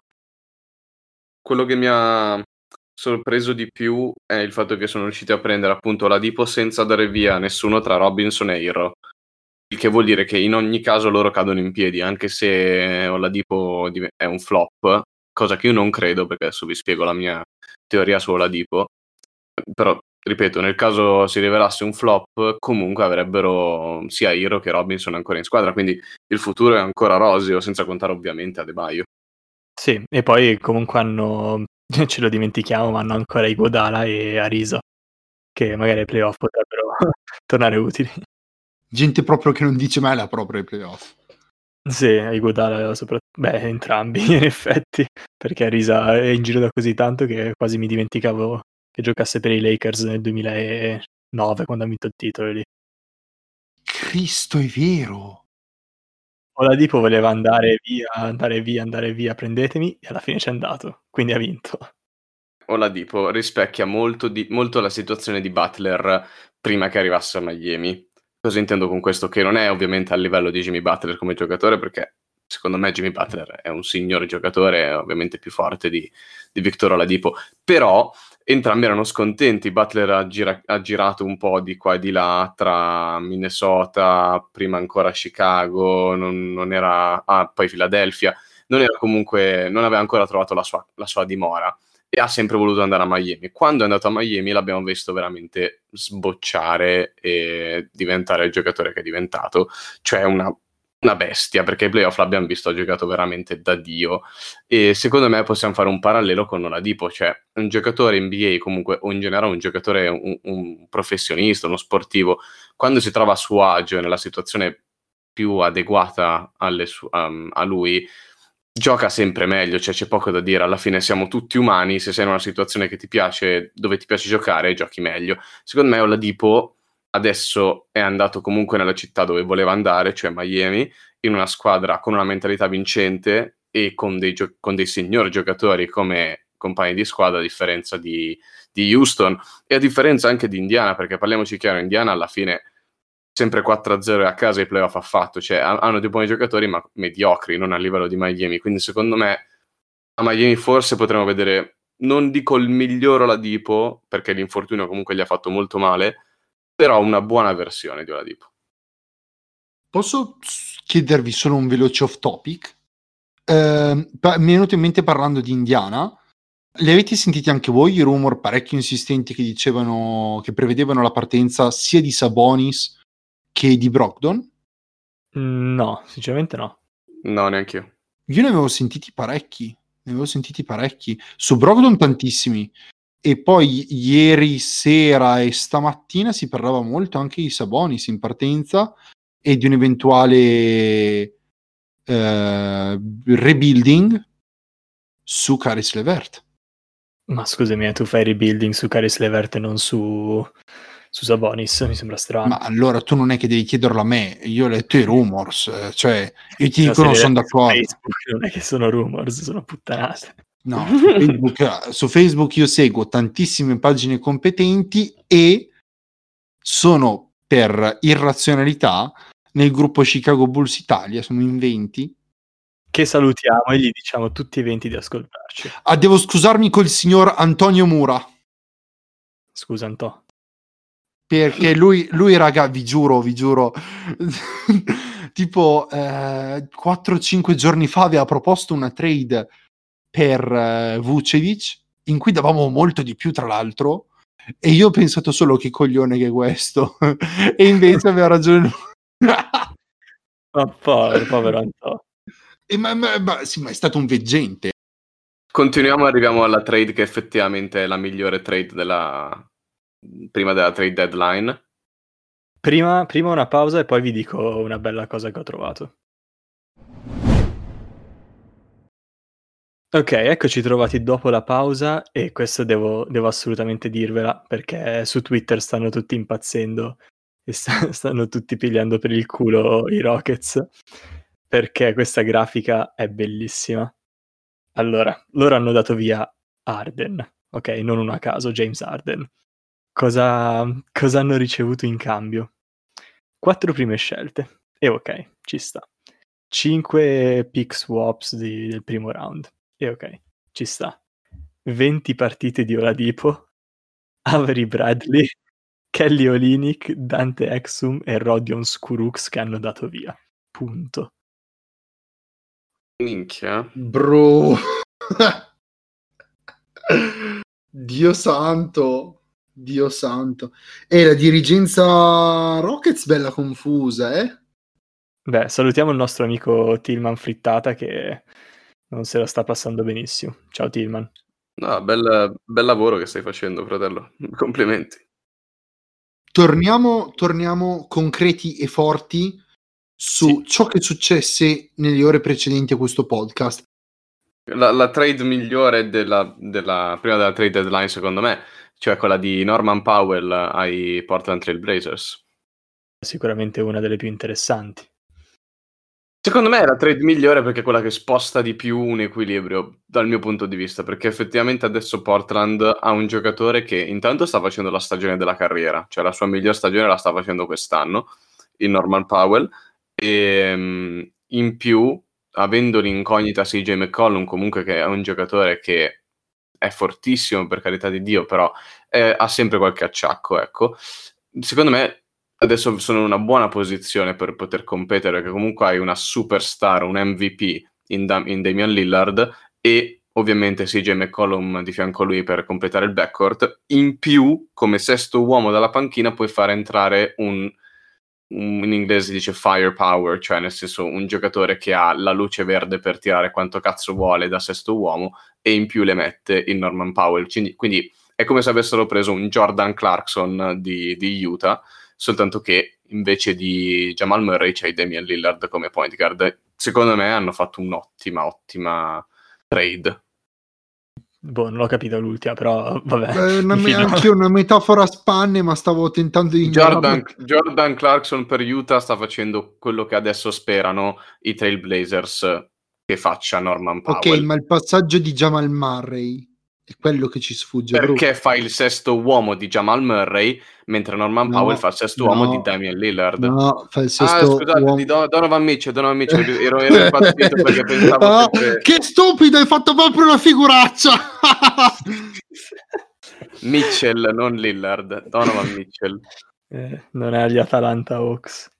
Quello che mi ha sorpreso di più è il fatto che sono riusciti a prendere appunto Oladipo senza dare via nessuno tra Robinson e Herro. Il che vuol dire che in ogni caso loro cadono in piedi, anche se Oladipo è un flop, cosa che io non credo, perché adesso vi spiego la mia teoria su Oladipo. Però, ripeto, nel caso si rivelasse un flop, comunque avrebbero sia Herro che Robinson ancora in squadra, quindi il futuro è ancora roseo, senza contare ovviamente Adebayo. Sì, e poi comunque hanno, ce lo dimentichiamo, ma hanno ancora Iguodala e Ariza, che magari ai playoff potrebbero tornare utili. Gente proprio che non dice mai la propria ai playoff. Sì, Iguodala beh, entrambi in effetti, perché Ariza è in giro da così tanto che quasi mi dimenticavo che giocasse per i Lakers nel 2009 quando ha vinto il titolo lì. Cristo, è vero! Oladipo voleva andare via, prendetemi, e alla fine c'è andato, quindi ha vinto. Oladipo rispecchia molto la situazione di Butler prima che arrivasse a Miami. Cosa intendo con questo? Che non è ovviamente a livello di Jimmy Butler come giocatore, perché secondo me Jimmy Butler è un signore giocatore, è ovviamente più forte di Victor Oladipo, però entrambi erano scontenti. Butler ha girato un po' di qua e di là tra Minnesota, prima ancora Chicago, non era, poi Philadelphia, non aveva ancora trovato la sua dimora e ha sempre voluto andare a Miami. Quando è andato a Miami l'abbiamo visto veramente sbocciare e diventare il giocatore che è diventato, cioè una bestia, perché ai playoff l'abbiamo visto, ha giocato veramente da Dio, e secondo me possiamo fare un parallelo con Oladipo, cioè un giocatore NBA comunque, o in generale un giocatore, un professionista, uno sportivo, quando si trova a suo agio nella situazione più adeguata a lui, gioca sempre meglio, cioè c'è poco da dire, alla fine siamo tutti umani, se sei in una situazione che ti piace, dove ti piace giocare, giochi meglio. Secondo me Oladipo adesso è andato comunque nella città dove voleva andare, cioè Miami, in una squadra con una mentalità vincente e con dei signori giocatori come compagni di squadra, a differenza di Houston e a differenza anche di Indiana, perché parliamoci chiaro, Indiana alla fine sempre 4-0 e a casa i playoff ha fatto, cioè hanno dei buoni giocatori ma mediocri, non a livello di Miami, quindi secondo me a Miami forse potremo vedere, non dico il miglior Oladipo, perché l'infortunio comunque gli ha fatto molto male, però una buona versione di Oladipo. Posso chiedervi solo un veloce off topic? Mi è venuto in mente parlando di Indiana. Li avete sentiti anche voi i rumor parecchio insistenti che dicevano, che prevedevano la partenza sia di Sabonis che di Brogdon? No, sinceramente no. No, neanche io. Io ne avevo sentiti parecchi. Su Brogdon tantissimi. E poi ieri sera e stamattina si parlava molto anche di Sabonis in partenza e di un eventuale rebuilding su Caris LeVert. Ma scusami, tu fai rebuilding su Caris LeVert e non su Sabonis? Mi sembra strano. Ma allora tu non è che devi chiederlo a me, io ho letto i rumors, cioè io ti No, dico non sono d'accordo. Facebook non è che sono rumors, sono puttanate. No, su Facebook io seguo tantissime pagine competenti e sono per irrazionalità nel gruppo Chicago Bulls Italia, sono in 20. Che salutiamo e gli diciamo tutti e 20 di ascoltarci. Devo scusarmi col signor Antonio Mura. Scusa Antò. Perché lui raga, vi giuro tipo 4-5 giorni fa aveva proposto una trade per Vucevic in cui davamo molto di più tra l'altro e io ho pensato solo che coglione che è questo e invece aveva ragione lui. Ma povero Antò. Sì, ma è stato un veggente. Continuiamo, arriviamo alla trade che effettivamente è la migliore trade prima della trade deadline. Prima una pausa e poi vi dico una bella cosa che ho trovato. Ok, eccoci trovati dopo la pausa e questo devo assolutamente dirvela perché su Twitter stanno tutti impazzendo e stanno tutti pigliando per il culo i Rockets perché questa grafica è bellissima. Allora, loro hanno dato via Harden, ok? Non uno a caso, James Harden. Cosa hanno ricevuto in cambio? 4 prime scelte. E ok, ci sta. 5 pick swaps del primo round. E ok, ci sta. 20 partite di Oladipo, Avery Bradley, Kelly Olynyk, Dante Exum e Rodion Skurux che hanno dato via. Punto. Minchia. Bro. Dio santo. E la dirigenza Rockets bella confusa, eh? Beh, salutiamo il nostro amico Tillman Frittata che non se la sta passando benissimo. Ciao Tillman. No, bel lavoro che stai facendo, fratello. Complimenti. Torniamo concreti e forti su ciò che successe nelle ore precedenti a questo podcast. La trade migliore prima della trade deadline, secondo me, cioè quella di Norman Powell ai Portland Trail Blazers. Sicuramente una delle più interessanti. Secondo me è la trade migliore perché è quella che sposta di più un equilibrio dal mio punto di vista, perché effettivamente adesso Portland ha un giocatore che intanto sta facendo la stagione della carriera, cioè la sua miglior stagione la sta facendo quest'anno, il Norman Powell, e in più, avendo l'incognita CJ McCollum, comunque che è un giocatore che è fortissimo, per carità di Dio, però ha sempre qualche acciacco, ecco. Secondo me adesso sono in una buona posizione per poter competere, perché comunque hai una superstar, un MVP in Damian Lillard e ovviamente CJ McCollum di fianco a lui per completare il backcourt. In più, come sesto uomo dalla panchina, puoi fare entrare in inglese si dice firepower, cioè nel senso un giocatore che ha la luce verde per tirare quanto cazzo vuole da sesto uomo e in più le mette il Norman Powell. Quindi è come se avessero preso un Jordan Clarkson di Utah, soltanto che invece di Jamal Murray c'hai Damian Lillard come point guard. Secondo me hanno fatto ottima trade. Boh, non l'ho capito l'ultima, però vabbè. Anch'io una metafora spanne, ma stavo tentando di Jordan Clarkson per Utah sta facendo quello che adesso sperano i Trailblazers che faccia Norman Powell. Ok, ma il passaggio di Jamal Murray è quello che ci sfugge. Perché fa il sesto uomo di Jamal Murray mentre Norman Powell fa il sesto uomo di Damian Lillard. No, fa il sesto scusate, uomo di Donovan Mitchell, ero impazzito perché pensavo che stupido, hai fatto proprio una figuraccia. Mitchell, non Lillard, Donovan Mitchell. Non è agli Atalanta Hawks.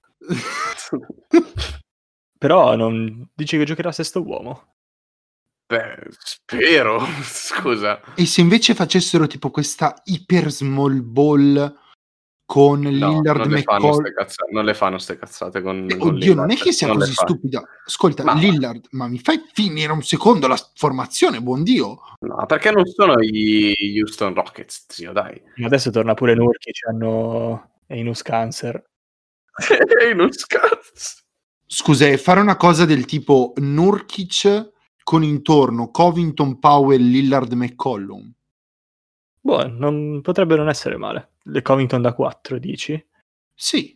Però non dici che giocherà sesto uomo? Beh, spero, scusa. E se invece facessero tipo questa iper small ball con No, Lillard non le fanno ste cazzate con Oddio, Lillard. non è che sia Non le così fa. stupida. Ascolta, Ma- Lillard, ma mi fai finire un secondo la formazione, buon Dio. No, perché non sono gli Houston Rockets, zio, dai. Ma adesso torna pure Nurkic, hanno Enos Cancer. Non scherzo. Scusa, fare una cosa del tipo Nurkic con intorno Covington, Powell, Lillard, McCollum. Boh, potrebbe non essere male. Le Covington da 4, dici? Sì.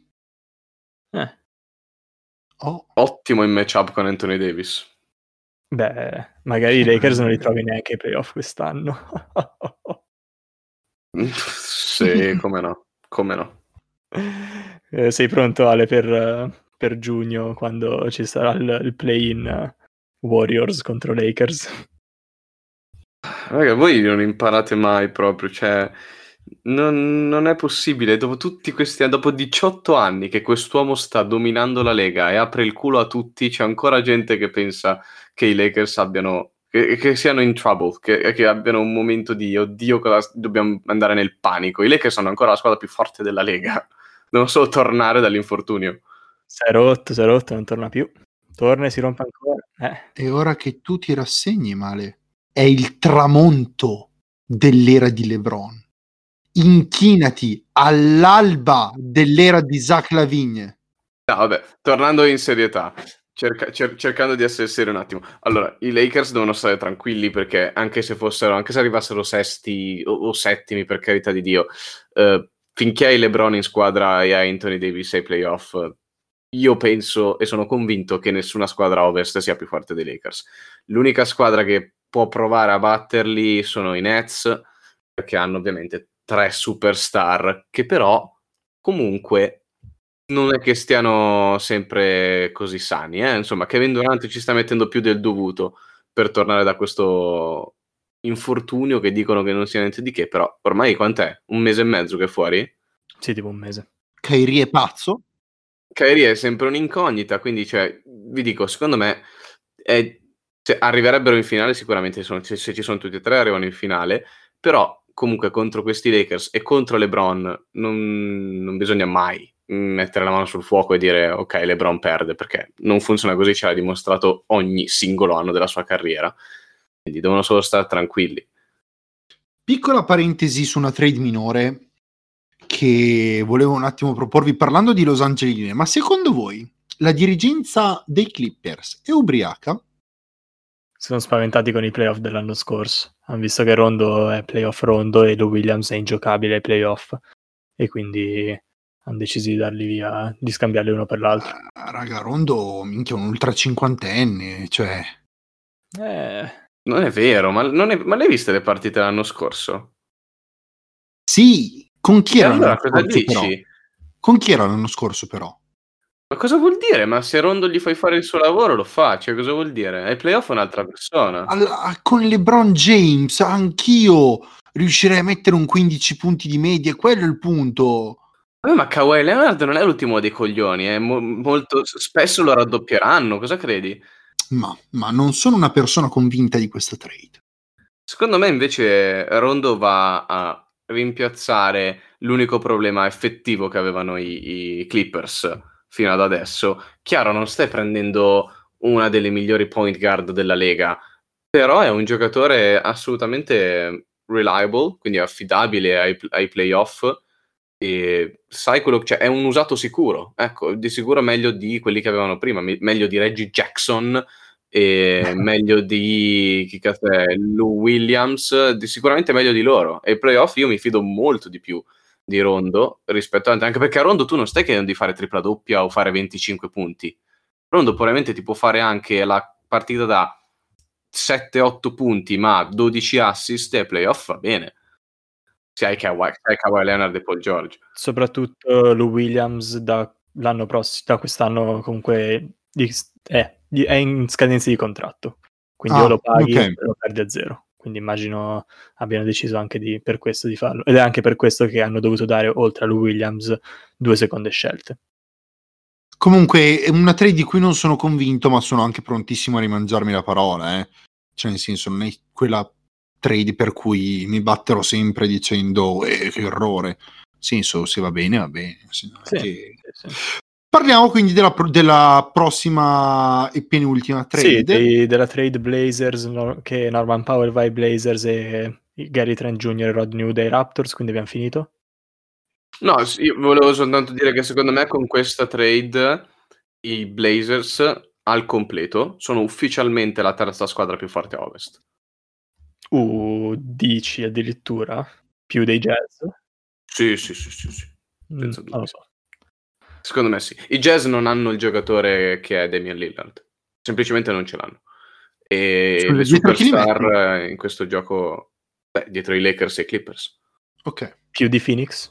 Oh. Ottimo in matchup con Anthony Davis. Beh, magari i Lakers non li trovi neanche ai playoff quest'anno. Sì, come no. Sei pronto, Ale, per giugno, quando ci sarà il play-in Warriors contro Lakers? Raga, voi non imparate mai proprio, cioè non è possibile, dopo tutti questi anni, dopo 18 anni che quest'uomo sta dominando la Lega e apre il culo a tutti, c'è ancora gente che pensa che i Lakers abbiano che siano in trouble, che abbiano un momento di oddio, dobbiamo andare nel panico. I Lakers sono ancora la squadra più forte della Lega. Devono solo tornare dall'infortunio. Si è rotto, non torna più. Torna e si rompe ancora. E ora che tu ti rassegni, Male, è il tramonto dell'era di LeBron. Inchinati all'alba dell'era di Zach LaVine. No, vabbè, tornando in serietà, cercando di essere serio un attimo. Allora, i Lakers devono stare tranquilli perché anche se arrivassero sesti o settimi, per carità di Dio, finché hai LeBron in squadra e hai Anthony Davis ai playoff, io penso e sono convinto che nessuna squadra ovest sia più forte dei Lakers. L'unica squadra che può provare a batterli sono i Nets, perché hanno ovviamente 3 superstar che però comunque non è che stiano sempre così sani, insomma, Kevin Durant ci sta mettendo più del dovuto per tornare da questo infortunio che dicono che non sia niente di che, però ormai quant'è? 1 mese e mezzo che è fuori? Sì, tipo un mese. Kyrie è pazzo? Kyrie è sempre un'incognita, quindi cioè, vi dico, secondo me arriverebbero in finale sicuramente, se ci sono tutti e tre arrivano in finale, però comunque contro questi Lakers e contro LeBron non bisogna mai mettere la mano sul fuoco e dire ok, LeBron perde, perché non funziona così, ce l'ha dimostrato ogni singolo anno della sua carriera, quindi devono solo stare tranquilli. Piccola parentesi su una trade minore che volevo un attimo proporvi parlando di Los Angeles, ma secondo voi la dirigenza dei Clippers è ubriaca? Sono spaventati con i playoff dell'anno scorso. Hanno visto che Rondo è playoff Rondo e Lou Williams è ingiocabile ai playoff e quindi hanno deciso di darli via, di scambiarli uno per l'altro. Raga, Rondo minchia un ultra cinquantenne, cioè Non è vero, ma l'hai viste le partite l'anno scorso? sì, con chi era allora l'anno cosa scorso dici? però? Con chi era l'anno scorso però? Ma cosa vuol dire? Ma se Rondo gli fai fare il suo lavoro lo fa, cioè cosa vuol dire? Ai playoff è un'altra persona. Con LeBron James anch'io riuscirei a mettere un 15 punti di media, quello è il punto. Ma Kawhi Leonard non è l'ultimo dei coglioni, molto spesso lo raddoppieranno, cosa credi? Ma non sono una persona convinta di questa trade. Secondo me invece Rondo va a rimpiazzare l'unico problema effettivo che avevano i Clippers fino ad adesso. Chiaro, non stai prendendo una delle migliori point guard della Lega, però è un giocatore assolutamente reliable, quindi affidabile ai playoff e sai quello che è un usato sicuro, ecco, di sicuro meglio di quelli che avevano prima, meglio di Reggie Jackson e meglio di chi cazzo è, Lou Williams, sicuramente meglio di loro. E ai playoff io mi fido molto di più di Rondo rispetto a anche perché a Rondo tu non stai chiedendo di fare tripla doppia o fare 25 punti. Rondo probabilmente ti può fare anche la partita da 7-8 punti, ma 12 assist e playoff va bene. Se hai Kawhi Leonard e Paul George. Soprattutto Lou Williams dall'anno prossimo, da quest'anno comunque è in scadenza di contratto, quindi o lo paghi o lo perdi a zero. Quindi immagino abbiano deciso anche per questo di farlo. Ed è anche per questo che hanno dovuto dare, oltre a Lou Williams, 2 seconde scelte. Comunque è una trade di cui non sono convinto, ma sono anche prontissimo a rimangiarmi la parola, Cioè, nel senso, non è quella trade per cui mi batterò sempre dicendo che errore. senso, se va bene, va bene. Sì. Parliamo quindi della prossima e penultima trade. Sì, della trade Blazers, che Norman Powell va ai Blazers e Gary Trent Jr. e Rod New dai Raptors, quindi abbiamo finito? No, io volevo soltanto dire che secondo me con questa trade i Blazers al completo sono ufficialmente la terza squadra più forte a Ovest. Dici addirittura? Più dei Jazz? Sì. Senza Non dubbio. lo so. Secondo me sì. I Jazz non hanno il giocatore che è Damian Lillard. Semplicemente non ce l'hanno. E le superstar in questo gioco, dietro i Lakers e i Clippers. Ok. Più di Phoenix?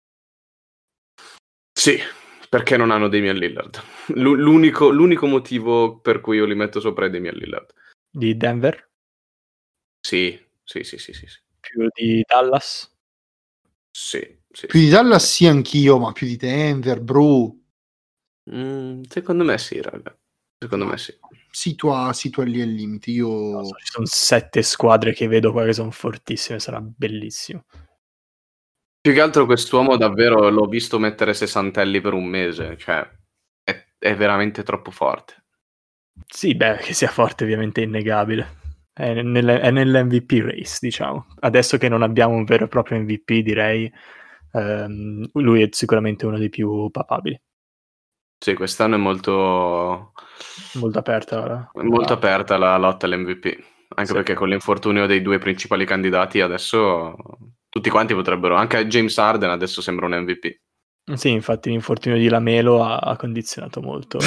Sì, perché non hanno Damian Lillard. L'unico motivo per cui io li metto sopra è Damian Lillard. Di Denver? Sì. Più di Dallas? Sì. Più di Dallas sì anch'io, ma più di Denver, bro. Secondo me sì, raga. Secondo me sì. Situa lì al limite. Io... Non so, ci sono 7 squadre che vedo qua che sono fortissime, sarà bellissimo. Più che altro quest'uomo davvero l'ho visto mettere sessantelli per un mese, cioè è veramente troppo forte. Sì, che sia forte ovviamente è innegabile. È nell'MVP race, diciamo. Adesso che non abbiamo un vero e proprio MVP, direi, lui è sicuramente uno dei più papabili. Sì, quest'anno è molto aperta. Aperta la lotta all'MVP, anche sì. Perché con l'infortunio dei due principali candidati adesso tutti quanti potrebbero, anche James Harden adesso sembra un MVP. Sì, infatti l'infortunio di Lamelo ha condizionato molto.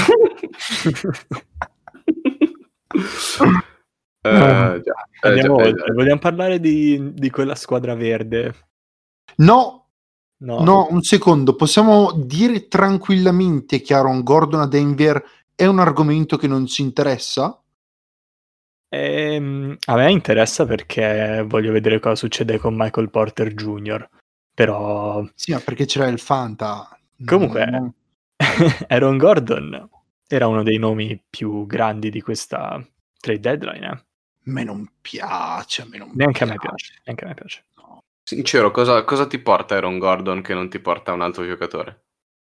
Andiamo oltre. Vogliamo parlare di quella squadra verde? No, un secondo. Possiamo dire tranquillamente che Aaron Gordon a Denver è un argomento che non ci interessa? A me interessa perché voglio vedere cosa succede con Michael Porter Jr. Però... Sì, ma perché c'era il Fanta. Comunque, Aaron Gordon era uno dei nomi più grandi di questa trade deadline. A me non piace. Neanche a me piace. No. Sincero, cosa ti porta Aaron Gordon che non ti porta un altro giocatore?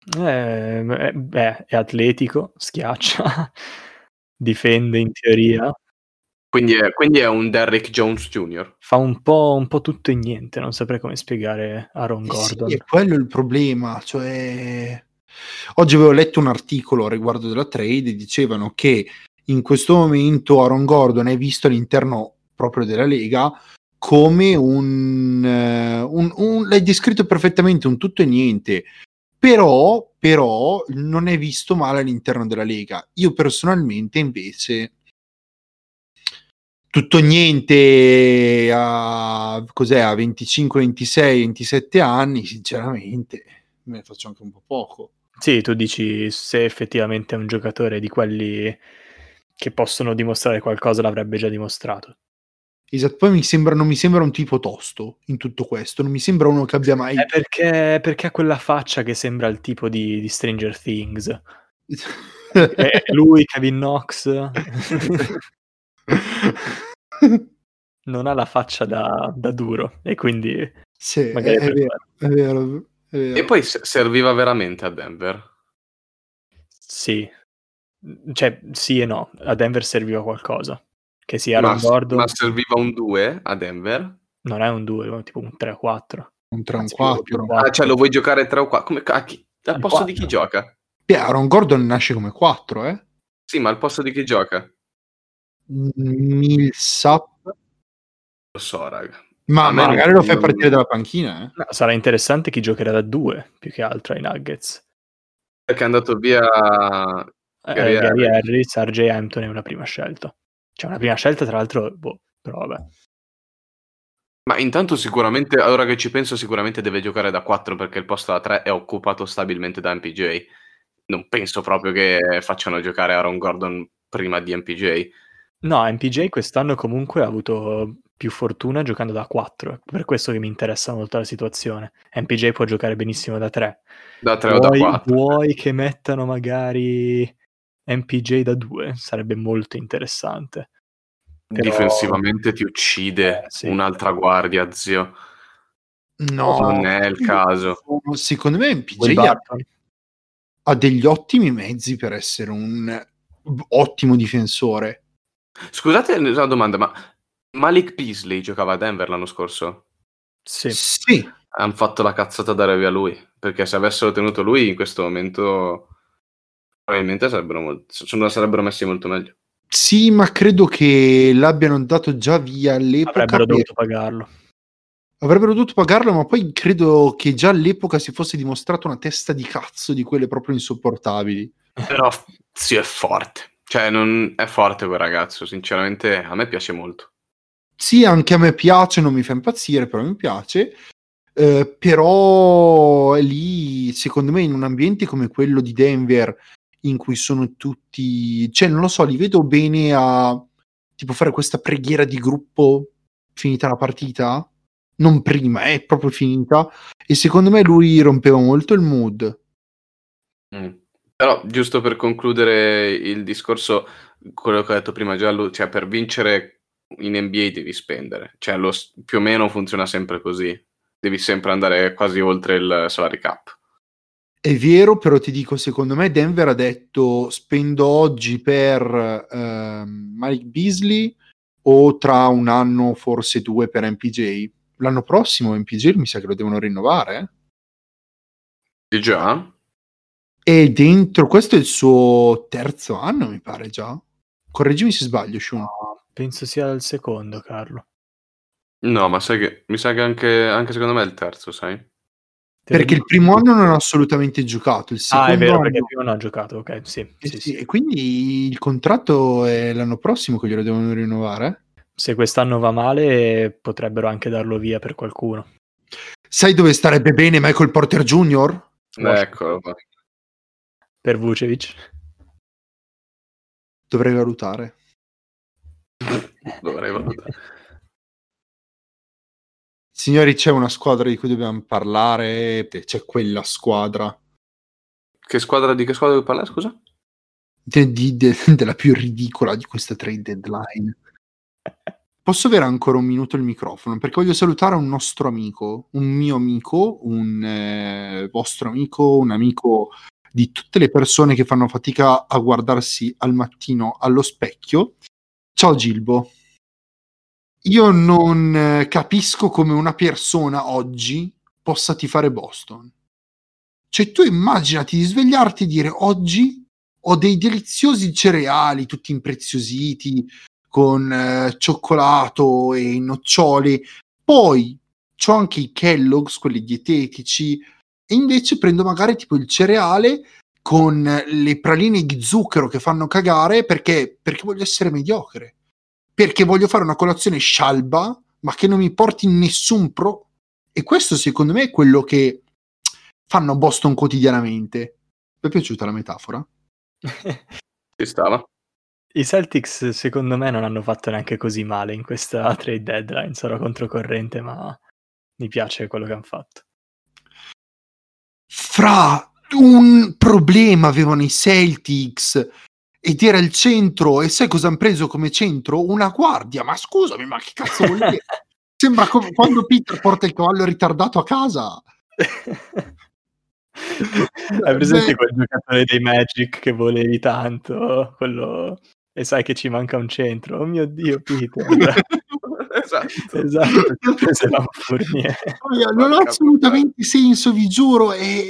È atletico, schiaccia, difende in teoria. Quindi è un Derrick Jones Jr. Fa un po' tutto e niente, non saprei come spiegare Aaron Gordon. Sì, è quello il problema, cioè... Oggi avevo letto un articolo a riguardo della trade e dicevano che in questo momento Aaron Gordon è visto all'interno proprio della Lega come l'hai descritto perfettamente, un tutto e niente, però non è visto male all'interno della Lega. Io personalmente invece tutto niente a 25, 26, 27 anni, sinceramente me ne faccio anche un po' poco. Sì, tu dici se effettivamente è un giocatore di quelli che possono dimostrare qualcosa l'avrebbe già dimostrato. Esatto, poi non mi sembra un tipo tosto in tutto questo, non mi sembra uno che abbia mai... Perché ha quella faccia che sembra il tipo di Stranger Things. Lui, Kevin Knox... non ha la faccia da duro e quindi sì, magari è vero. E poi serviva veramente a Denver? Sì, cioè sì e no, a Denver serviva qualcosa, che sia Aaron Gordon. Ma serviva un 2 a Denver? Non è un 2, tipo un 3 o 4. Un 3 o un 4. Ah, cioè lo vuoi giocare 3 o 4? Al posto di chi gioca? Aaron Gordon nasce come 4, Sì, ma al posto di chi gioca? Millsap. Lo so, raga. Ma magari lo fai partire dalla panchina, No, sarà interessante chi giocherà da 2 più che altro ai Nuggets. Perché è andato via Gary Harris, RJ Hampton è una prima scelta. Cioè una prima scelta tra l'altro, però vabbè. Ma intanto sicuramente, ora che ci penso, sicuramente deve giocare da 4 perché il posto da 3 è occupato stabilmente da MPJ. Non penso proprio che facciano giocare Aaron Gordon prima di MPJ. No, MPJ quest'anno comunque ha avuto più fortuna giocando da 4, per questo che mi interessa molto la situazione. MPJ può giocare benissimo da 3. Da 3 o da 4. Vuoi che mettano magari MPJ da 2? Sarebbe molto interessante. Però... Difensivamente ti uccide sì. Un'altra guardia, zio. No, non è il caso. secondo me Will MPJ Barton. ha degli ottimi mezzi per essere un ottimo difensore. Scusate una domanda, ma Malik Beasley giocava a Denver l'anno scorso? Sì. Sì, Hanno fatto la cazzata a dare via lui, perché se avessero tenuto lui in questo momento probabilmente sarebbero messi molto meglio. sì, ma credo che l'abbiano dato già via all'epoca. Avrebbero dovuto pagarlo. Avrebbero dovuto pagarlo, ma poi credo che già all'epoca si fosse dimostrato una testa di cazzo di quelle proprio insopportabili. Però sì, è forte. Cioè, non è forte quel ragazzo, sinceramente a me piace molto. Sì, anche a me piace, non mi fa impazzire, però mi piace. Però lì, secondo me, in un ambiente come quello di Denver, in cui sono tutti... Cioè, non lo so, li vedo bene a tipo fare questa preghiera di gruppo finita la partita. Non prima, è proprio finita. E secondo me lui rompeva molto il mood. Però, giusto per concludere il discorso, quello che ho detto prima Giallo, cioè per vincere in NBA devi spendere. Cioè, più o meno funziona sempre così. Devi sempre andare quasi oltre il salary cap. È vero, però ti dico, secondo me Denver ha detto spendo oggi per Mike Beasley o tra un anno, forse 2 per MPJ. L'anno prossimo MPJ mi sa che lo devono rinnovare. Di già? E dentro, questo è il suo terzo anno, mi pare già. Correggimi se sbaglio, Shun. No, penso sia il secondo, Carlo. No, ma sai che mi sa che anche secondo me è il terzo, sai? Perché il primo anno non ha assolutamente giocato, il secondo è vero, anno... perché prima non ha giocato, ok, sì, sì, sì. E quindi il contratto è l'anno prossimo che glielo devono rinnovare? Se quest'anno va male, potrebbero anche darlo via per qualcuno. Sai dove starebbe bene Michael Porter Jr.? Eccolo qua. Per Vucevic. Dovrei valutare. Dovrei valutare. Signori, c'è una squadra di cui dobbiamo parlare. C'è quella squadra. Di che squadra vuoi parlare, scusa? Della più ridicola di questa trade deadline. Posso avere ancora un minuto il microfono? Perché voglio salutare un nostro amico, un mio amico, un vostro amico, un amico di tutte le persone che fanno fatica a guardarsi al mattino allo specchio. Ciao Gilbo. Io non capisco come una persona oggi possa tifare Boston. Cioè, tu immaginati di svegliarti e dire oggi ho dei deliziosi cereali tutti impreziositi con cioccolato e nocciole, poi c'ho anche i Kellogg's, quelli dietetici, e invece prendo magari tipo il cereale con le praline di zucchero che fanno cagare perché voglio essere mediocre. Perché voglio fare una colazione scialba, ma che non mi porti nessun pro. E questo secondo me è quello che fanno a Boston quotidianamente. Vi è piaciuta la metafora? Ci stava. I Celtics secondo me non hanno fatto neanche così male in questa trade deadline, sarò controcorrente, ma mi piace quello che hanno fatto. Fra un problema avevano i Celtics ed era il centro, e sai cosa hanno preso come centro? Una guardia. Ma scusami, ma che cazzo vuol dire? Sembra come quando Peter porta il cavallo ritardato a casa. Hai presente quel giocatore dei Magic che volevi tanto? Quello... E sai che ci manca un centro. Oh mio Dio, Peter. Esatto, che presero Fournier. Non ha assolutamente senso, vi giuro.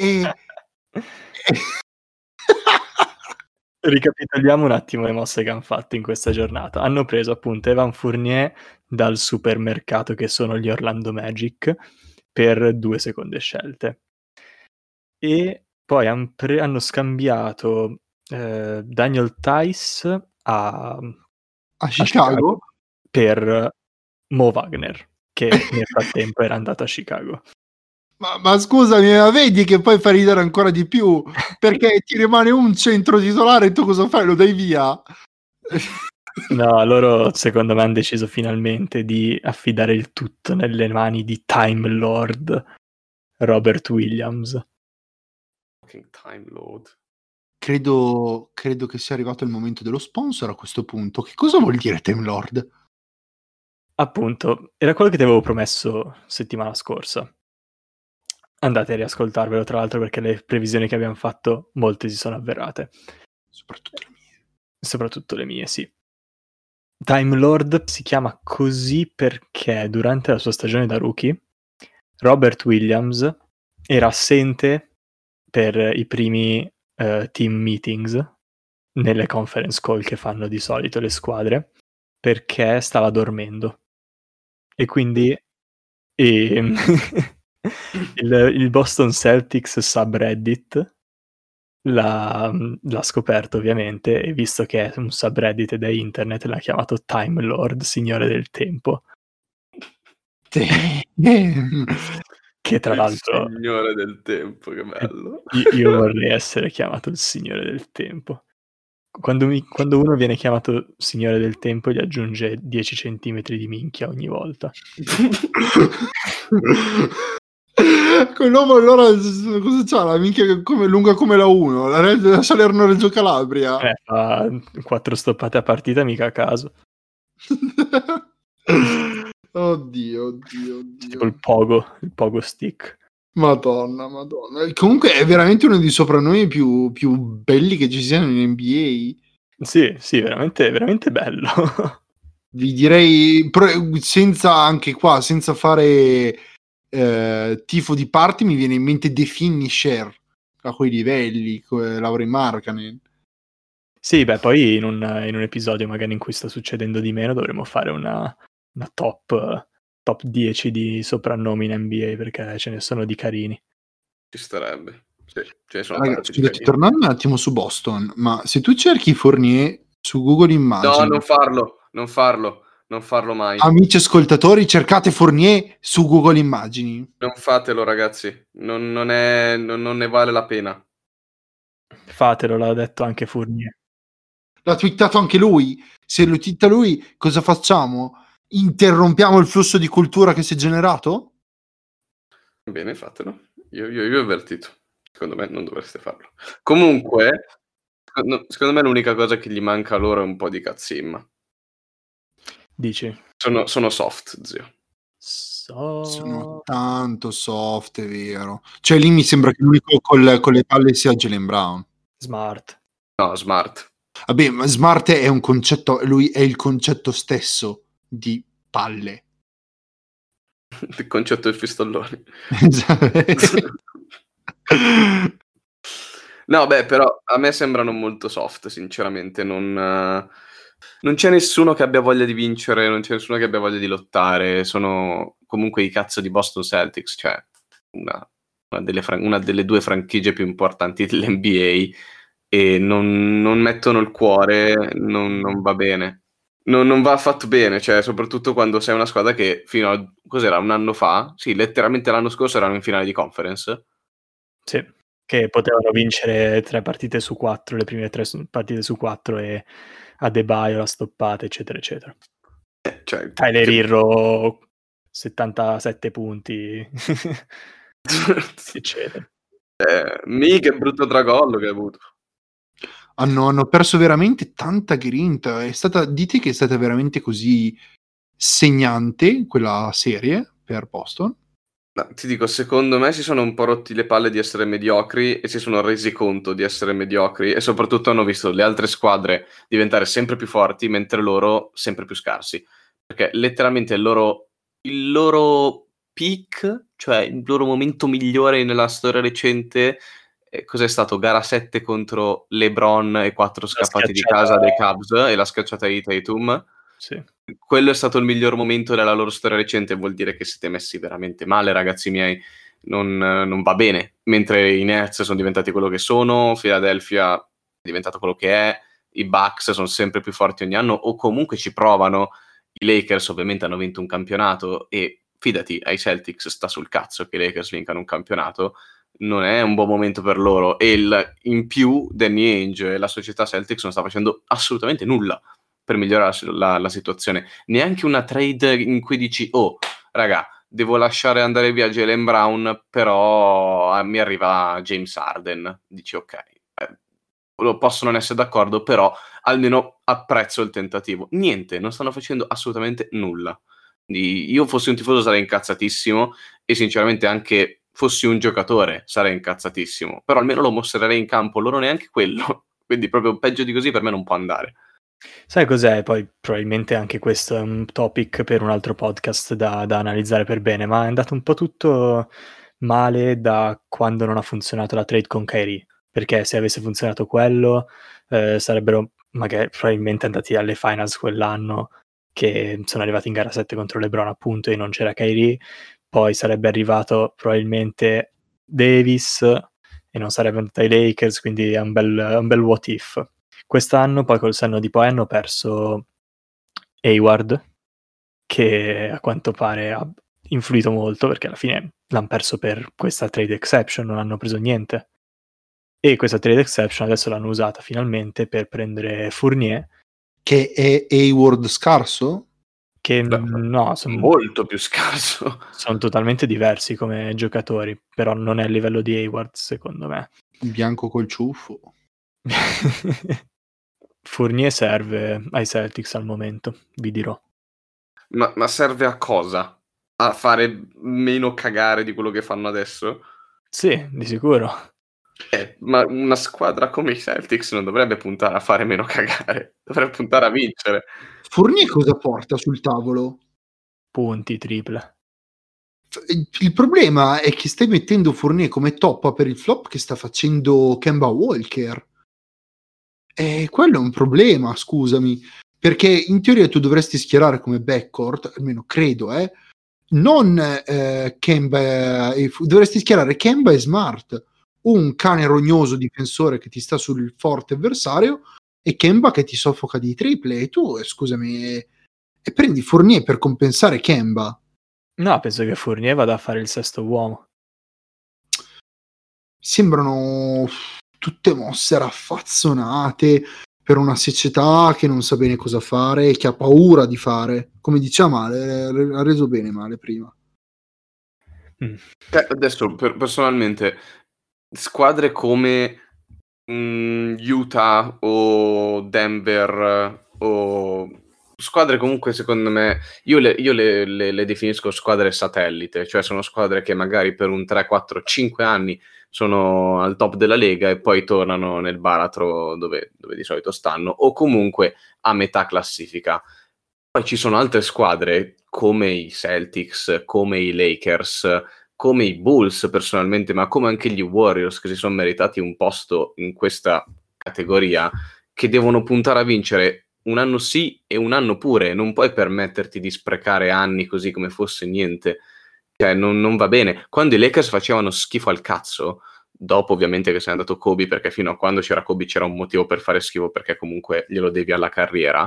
Ricapitoliamo un attimo le mosse che hanno fatto in questa giornata. Hanno preso appunto Evan Fournier dal supermercato che sono gli Orlando Magic per 2 seconde scelte. E poi hanno scambiato Daniel Tice a Chicago per Mo Wagner, che nel frattempo era andato a Chicago. Ma scusami, ma vedi che poi fa ridere ancora di più, perché ti rimane un centro titolare e tu cosa fai? Lo dai via? No, loro secondo me hanno deciso finalmente di affidare il tutto nelle mani di Time Lord Robert Williams. Time Lord. Credo che sia arrivato il momento dello sponsor a questo punto. Che cosa vuol dire Time Lord? Appunto, era quello che ti avevo promesso settimana scorsa. andate a riascoltarvelo, tra l'altro, perché le previsioni che abbiamo fatto, molte si sono avverate. Soprattutto le mie, sì. Time Lord si chiama così perché durante la sua stagione da rookie Robert Williams era assente per i primi team meetings nelle conference call che fanno di solito le squadre, perché stava dormendo. E quindi il Boston Celtics subreddit l'ha scoperto, ovviamente, e visto che è un subreddit da internet l'ha chiamato Time Lord, Signore del Tempo. Che tra l'altro Signore del Tempo, che bello. io vorrei essere chiamato il Signore del Tempo. Quando uno viene chiamato Signore del Tempo gli aggiunge 10 centimetri di minchia ogni volta. Quell'uomo allora cosa c'ha? La minchia come lunga come la 1, la Salerno-Reggio Calabria. Fa 4 stoppate a partita mica a caso. Oddio. Tipo il pogo stick. Madonna. Comunque è veramente uno dei soprannomi più belli che ci siano in NBA. Sì, veramente, veramente bello. Vi direi, senza fare tifo di parte, mi viene in mente The Finisher a quei livelli, Lauri Markkanen. Sì, beh, poi in un episodio magari in cui sta succedendo di meno dovremmo fare una top 10 di soprannomi in NBA, perché ce ne sono di carini. Ci starebbe. Sì, ce ne sono Raga, tanti di scusate, carini. tornando un attimo su Boston, ma se tu cerchi Fournier su Google Immagini... No, non farlo mai. Amici ascoltatori, cercate Fournier su Google Immagini. Non fatelo, ragazzi. Non ne vale la pena. Fatelo, l'ha detto anche Fournier. L'ha twittato anche lui. Se lo twitta lui, cosa facciamo? Interrompiamo il flusso di cultura che si è generato? Bene, fatelo. Io ho avvertito. Secondo me non dovreste farlo. Comunque, secondo me l'unica cosa che gli manca a loro è un po' di cazzimma. Dici? Sono soft, zio. Sono tanto soft, è vero. Cioè lì mi sembra che l'unico con le palle sia Jaylen Brown. Smart. No, smart. Vabbè, ma smart è un concetto, lui è il concetto stesso di palle. Il concetto del pistollone. No, beh, però a me sembrano molto soft, sinceramente. Non c'è nessuno che abbia voglia di vincere, non c'è nessuno che abbia voglia di lottare. Sono comunque i cazzo di Boston Celtics, cioè una delle due franchigie più importanti dell'NBA, e non mettono il cuore, non va bene. Non va affatto bene, cioè soprattutto quando sei una squadra che fino a cos'era un anno fa, sì, letteralmente l'anno scorso erano in finale di conference. Sì, che potevano vincere 3 partite su 4, le prime 3 partite su 4, e Adebayo la stoppata, eccetera, eccetera. Cioè, Tyler Herro 77 punti, eccetera. che brutto tracollo che hai avuto. Hanno perso veramente tanta grinta. Dite che è stata veramente così segnante quella serie per Boston? No, ti dico, secondo me si sono un po' rotti le palle di essere mediocri e si sono resi conto di essere mediocri, e soprattutto hanno visto le altre squadre diventare sempre più forti mentre loro sempre più scarsi, perché letteralmente il loro peak, cioè il loro momento migliore nella storia recente, cos'è stato? Gara 7 contro LeBron e 4 scappati di casa dai Cavs e la schiacciata di Tatum. Sì. Quello è stato il miglior momento della loro storia recente. Vuol dire che siete messi veramente male, ragazzi miei. Non va bene. Mentre i Nets sono diventati quello che sono, Philadelphia è diventato quello che è, i Bucks sono sempre più forti ogni anno, o comunque ci provano. I Lakers ovviamente hanno vinto un campionato, e fidati, ai Celtics sta sul cazzo che i Lakers vincano un campionato. Non è un buon momento per loro, e in più Danny Ainge e la società Celtics non sta facendo assolutamente nulla per migliorare la situazione. Neanche una trade in cui dici: oh, raga, devo lasciare andare via Jaylen Brown, però mi arriva James Harden. Dici ok, posso non essere d'accordo, però almeno apprezzo il tentativo. Niente, non stanno facendo assolutamente nulla. Io fossi un tifoso sarei incazzatissimo, e sinceramente anche fossi un giocatore sarei incazzatissimo, però almeno lo mostrerei in campo, loro neanche quello. Quindi proprio peggio di così per me non può andare. Sai cos'è? Poi probabilmente anche questo è un topic per un altro podcast da analizzare per bene, ma è andato un po' tutto male da quando non ha funzionato la trade con Kyrie, perché se avesse funzionato quello sarebbero magari probabilmente andati alle finals quell'anno, che sono arrivati in gara 7 contro LeBron appunto e non c'era Kyrie, poi sarebbe arrivato probabilmente Davis e non sarebbe andato ai Lakers, quindi è un bel what if. Quest'anno poi col senno di poi hanno perso Hayward, che a quanto pare ha influito molto, perché alla fine l'hanno perso per questa trade exception, non hanno preso niente. E questa trade exception adesso l'hanno usata finalmente per prendere Fournier, Che è Hayward scarso? che no, Molto più scarso. sono totalmente diversi come giocatori, però non è a livello di Hayward secondo me. Bianco col ciuffo. Fournier serve ai Celtics al momento, vi dirò. Ma serve a cosa? A fare meno cagare di quello che fanno adesso? Sì, di sicuro. Ma una squadra come i Celtics non dovrebbe puntare a fare meno cagare, dovrebbe puntare a vincere. Fournier cosa porta sul tavolo? Punti, triple. Il problema è che stai mettendo Fournier come toppa per il flop che sta facendo Kemba Walker. E quello è un problema, scusami, perché in teoria tu dovresti schierare come backcourt, almeno credo, non Kemba, dovresti schierare Kemba e Smart, un cane rognoso difensore che ti sta sul forte avversario e Kemba che ti soffoca di triple, e tu, scusami, e prendi Fournier per compensare Kemba. No, penso che Fournier vada a fare il sesto uomo. Sembrano tutte mosse raffazzonate per una società che non sa bene cosa fare e che ha paura di fare. Come diceva Male, ha reso bene Male prima. Adesso, personalmente, squadre come Utah o Denver o squadre comunque secondo me io le definisco squadre satellite, cioè sono squadre che magari per un 3, 4, 5 anni sono al top della lega e poi tornano nel baratro dove di solito stanno, o comunque a metà classifica. Poi ci sono altre squadre come i Celtics, come i Lakers, come i Bulls personalmente, ma come anche gli Warriors che si sono meritati un posto in questa categoria, che devono puntare a vincere un anno sì e un anno pure. Non puoi permetterti di sprecare anni così come fosse niente. Cioè, non va bene. Quando i Lakers facevano schifo al cazzo, dopo ovviamente che se n'è andato Kobe, perché fino a quando c'era Kobe c'era un motivo per fare schifo, perché comunque glielo devi alla carriera,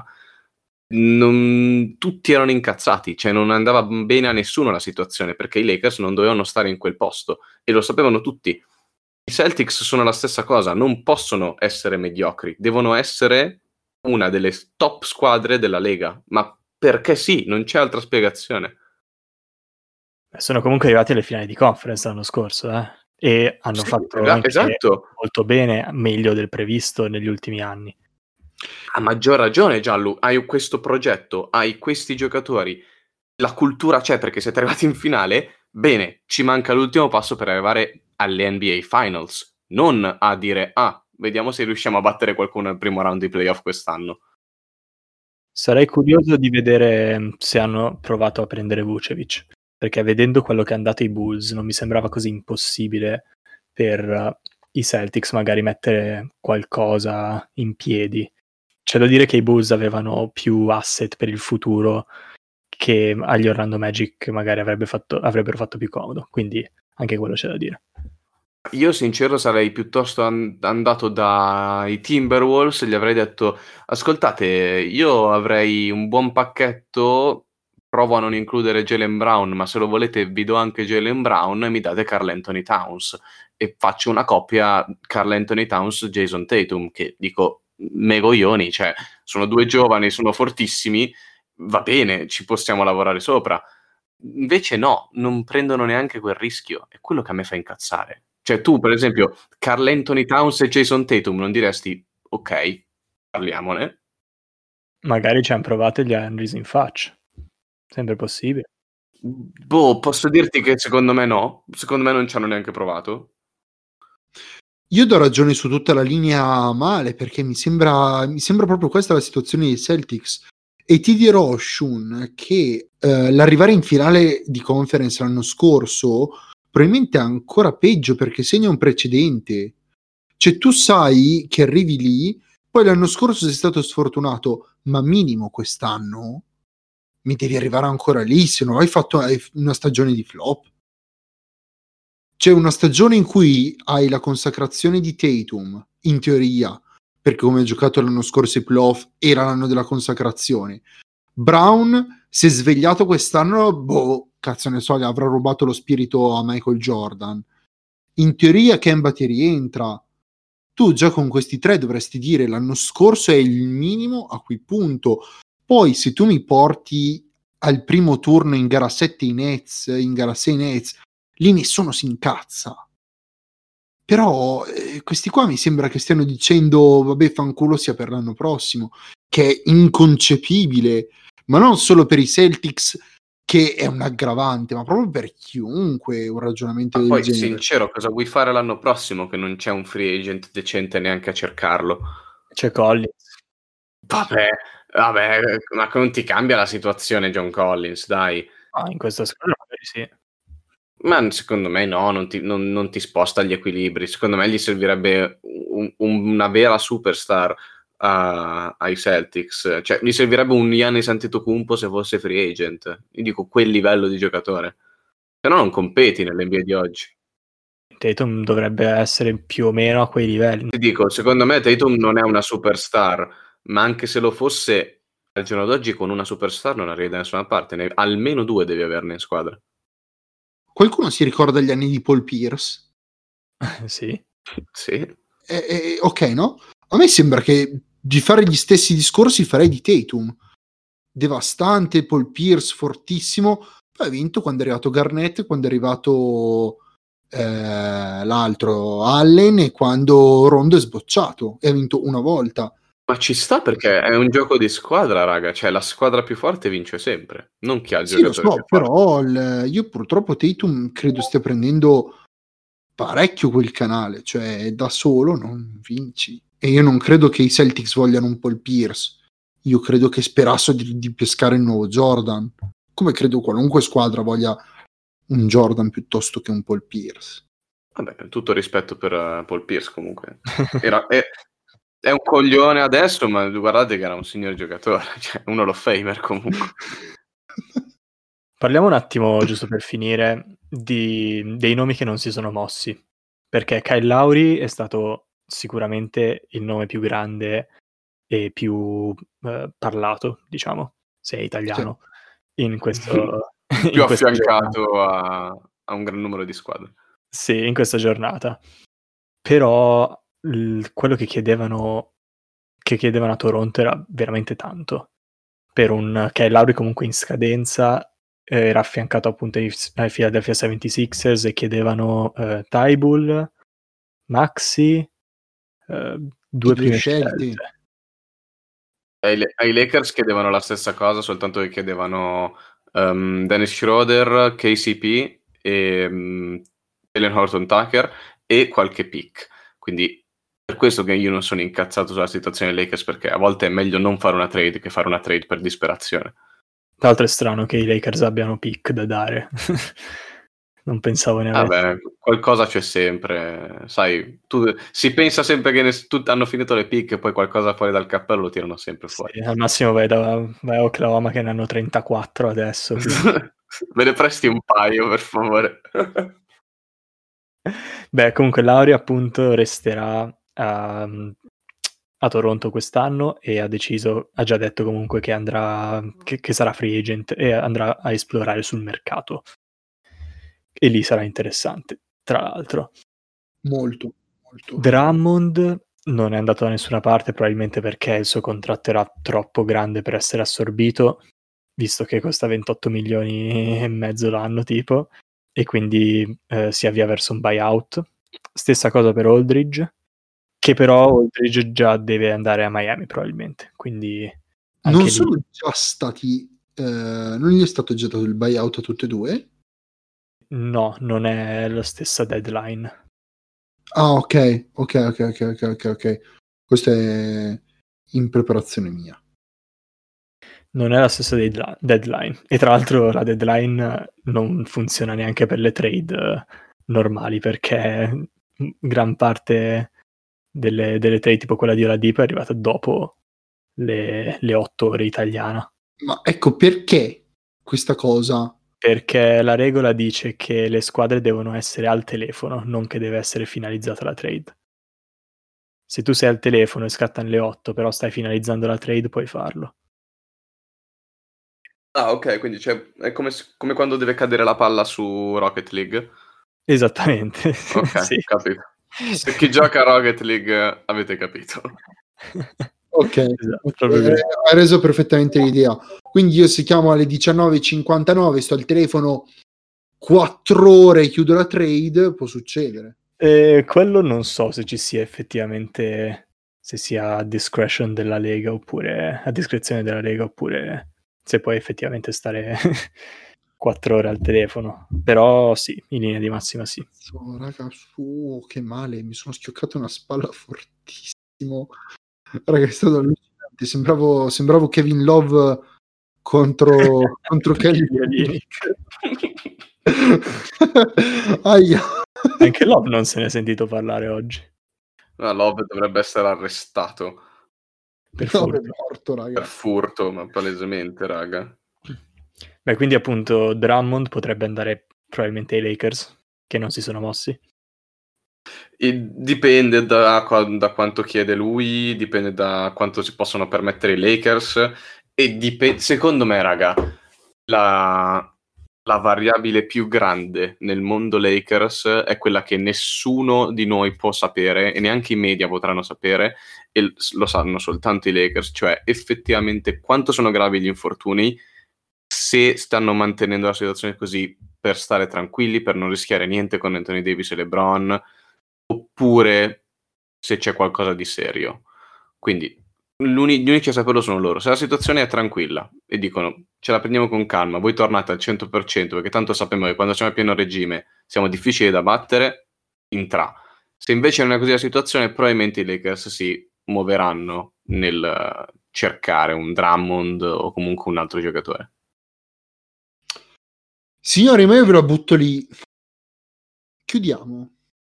tutti erano incazzati, cioè non andava bene a nessuno la situazione, perché i Lakers non dovevano stare in quel posto e lo sapevano tutti. I Celtics sono la stessa cosa, non possono essere mediocri, devono essere una delle top squadre della Lega, ma perché sì, non c'è altra spiegazione. Sono comunque arrivati alle finali di conference l'anno scorso, e hanno Sì, fatto anche esatto. molto bene, meglio del previsto negli ultimi anni. A maggior ragione, Gianlu, hai questo progetto, hai questi giocatori, la cultura c'è perché siete arrivati in finale, bene, ci manca l'ultimo passo per arrivare alle NBA Finals, non a dire, vediamo se riusciamo a battere qualcuno al primo round di playoff quest'anno. Sarei curioso di vedere se hanno provato a prendere Vucevic, perché vedendo quello che hanno dato i Bulls non mi sembrava così impossibile per i Celtics magari mettere qualcosa in piedi. C'è da dire che i Bulls avevano più asset per il futuro che agli Orlando Magic magari avrebbero fatto più comodo, quindi anche quello c'è da dire. Io sincero sarei piuttosto andato dai Timberwolves e gli avrei detto, ascoltate, io avrei un buon pacchetto, provo a non includere Jaylen Brown, ma se lo volete vi do anche Jaylen Brown e mi date Karl Anthony Towns e faccio una coppia Karl Anthony Towns-Jason Tatum, che dico, megoglioni, cioè sono due giovani, sono fortissimi, va bene, ci possiamo lavorare sopra. Invece no, non prendono neanche quel rischio, è quello che a me fa incazzare. Cioè tu, per esempio, Karl Anthony Towns e Jason Tatum, non diresti, ok, parliamone? Magari ci han provato e gli han riso in faccia. Sempre possibile. Boh, posso dirti che secondo me no. Secondo me non ci hanno neanche provato. Io do ragione su tutta la linea male, perché mi sembra proprio questa la situazione dei Celtics. E ti dirò, Shun, che l'arrivare in finale di conference l'anno scorso probabilmente è ancora peggio, perché segna un precedente. Cioè, tu sai che arrivi lì, poi l'anno scorso sei stato sfortunato, ma minimo quest'anno mi devi arrivare ancora lì, se no hai fatto una stagione di flop. C'è una stagione in cui hai la consacrazione di Tatum, in teoria, perché come ha giocato l'anno scorso i playoff era l'anno della consacrazione. Brown si è svegliato quest'anno, boh, cazzo ne so, gli avrà rubato lo spirito a Michael Jordan. In teoria Kemba ti rientra. Tu già con questi tre dovresti dire l'anno scorso è il minimo a cui punto. Poi se tu mi porti al primo turno in gara 7 i Nets, in gara 6 i Nets, lì nessuno si incazza. Però questi qua mi sembra che stiano dicendo vabbè, fanculo sia per l'anno prossimo, che è inconcepibile, ma non solo per i Celtics, che è un aggravante, ma proprio per chiunque un ragionamento del Poi, genere. sincero, cosa vuoi fare l'anno prossimo che non c'è un free agent decente neanche a cercarlo? C'è Collins. Vabbè, ma non ti cambia la situazione John Collins, dai. In questa squadra magari sì. Ma secondo me no, non ti sposta gli equilibri. Secondo me gli servirebbe una vera superstar ai Celtics. Cioè, gli servirebbe un Giannis Antetokounmpo se fosse free agent. Io dico quel livello di giocatore. Se no non competi nell'NBA di oggi. Tatum dovrebbe essere più o meno a quei livelli. Ti dico, secondo me Tatum non è una superstar, ma anche se lo fosse, al giorno d'oggi con una superstar non arrivi da nessuna parte. Almeno 2 devi averne in squadra. Qualcuno si ricorda gli anni di Paul Pierce? Sì. Sì. Ok, no? A me sembra che di fare gli stessi discorsi farei di Tatum. Devastante, Paul Pierce fortissimo, poi ha vinto quando è arrivato Garnett, quando è arrivato l'altro Allen e quando Rondo è sbocciato e ha vinto una volta. Ma ci sta perché è un gioco di squadra, raga. Cioè, la squadra più forte vince sempre, non chi ha il Sì, lo giocatore più so, forte. però io purtroppo Tatum credo stia prendendo parecchio quel canale, cioè da solo non vinci. E io non credo che i Celtics vogliano un Paul Pierce. Io credo che sperassero di pescare il nuovo Jordan. Come credo qualunque squadra voglia un Jordan piuttosto che un Paul Pierce. Vabbè, tutto rispetto per Paul Pierce comunque. È un coglione adesso, ma guardate che era un signor giocatore. Cioè, un Hall of Famer comunque. Parliamo un attimo, giusto per finire, dei nomi che non si sono mossi. Perché Kyle Lowry è stato sicuramente il nome più grande e più parlato, diciamo, se è italiano, in questo Più in questa giornata. affiancato a un gran numero di squadre. Sì, in questa giornata. Però quello che chiedevano a Toronto era veramente tanto. Per un Kyle Lowry comunque in scadenza, era affiancato appunto ai Philadelphia 76ers e chiedevano Thybulle, Maxey, 2 prime scelte. Ai Lakers chiedevano la stessa cosa, soltanto che chiedevano Dennis Schroeder, KCP e Jalen Horton-Tucker e qualche pick. Quindi per questo che io non sono incazzato sulla situazione dei Lakers, perché a volte è meglio non fare una trade che fare una trade per disperazione. Tra l'altro è strano che i Lakers abbiano pick da dare. Non pensavo ne avessero. Vabbè, qualcosa c'è sempre. Sai, si pensa sempre che hanno finito le pick e poi qualcosa fuori dal cappello lo tirano sempre fuori. Sì, al massimo vai a Oklahoma che ne hanno 34 adesso. Me ne presti un paio, per favore. Beh, comunque Lowry appunto resterà a Toronto quest'anno e ha già detto comunque che andrà, che sarà free agent e andrà a esplorare sul mercato. E lì sarà interessante, tra l'altro. Molto. Drummond non è andato da nessuna parte, probabilmente perché il suo contratto era troppo grande per essere assorbito, visto che costa 28 milioni e mezzo l'anno tipo, e quindi si avvia verso un buyout. Stessa cosa per Aldridge, che però Aldridge già deve andare a Miami probabilmente, quindi anche Non lì sono già stati non gli è stato già dato il buyout a tutte e due? No, non è la stessa deadline. Ah, ok. Questo è in preparazione mia. Non è la stessa deadline. E tra l'altro la deadline non funziona neanche per le trade normali, perché gran parte delle trade, tipo quella di Oladipo, è arrivata dopo le 8 ore italiana. Ma ecco perché questa cosa? Perché la regola dice che le squadre devono essere al telefono, non che deve essere finalizzata la trade. Se tu sei al telefono e scattano le 8, però stai finalizzando la trade, puoi farlo. Ah, ok, quindi è come quando deve cadere la palla su Rocket League. Esattamente. Ok, sì. capito. Se chi gioca a Rocket League avete capito. Ok, Esatto, proprio così. hai reso perfettamente l'idea. Quindi io se chiamo alle 19:59, sto al telefono 4 ore, chiudo la trade, può succedere. Quello non so se ci sia effettivamente, se sia a discretion della Lega oppure a discrezione della Lega, oppure se puoi effettivamente stare 4 ore al telefono. Però sì, in linea di massima sì. Raga, che male, mi sono schioccato una spalla fortissimo. Raga, è stato allucinante. Sembravo Kevin Love contro Kelly Olynyk. Aia. Anche Love non se ne è sentito parlare oggi. No, Love dovrebbe essere arrestato. Per No, è furto. morto, raga. Per furto, ma palesemente, raga. Beh, quindi appunto Drummond potrebbe andare probabilmente ai Lakers, che non si sono mossi. Dipende da quanto chiede lui, dipende da quanto si possono permettere i Lakers e secondo me, raga, la variabile più grande nel mondo Lakers è quella che nessuno di noi può sapere e neanche i media potranno sapere, e lo sanno soltanto i Lakers, cioè effettivamente quanto sono gravi gli infortuni, se stanno mantenendo la situazione così per stare tranquilli, per non rischiare niente con Anthony Davis e LeBron, oppure se c'è qualcosa di serio. Quindi gli unici a saperlo sono loro. Se la situazione è tranquilla e dicono ce la prendiamo con calma, voi tornate al 100% perché tanto sappiamo che quando siamo a pieno regime siamo difficili da battere, intra. Se invece non è così la situazione, probabilmente i Lakers si muoveranno nel cercare un Drummond o comunque un altro giocatore. Signori, ma io ve la butto lì. Chiudiamo.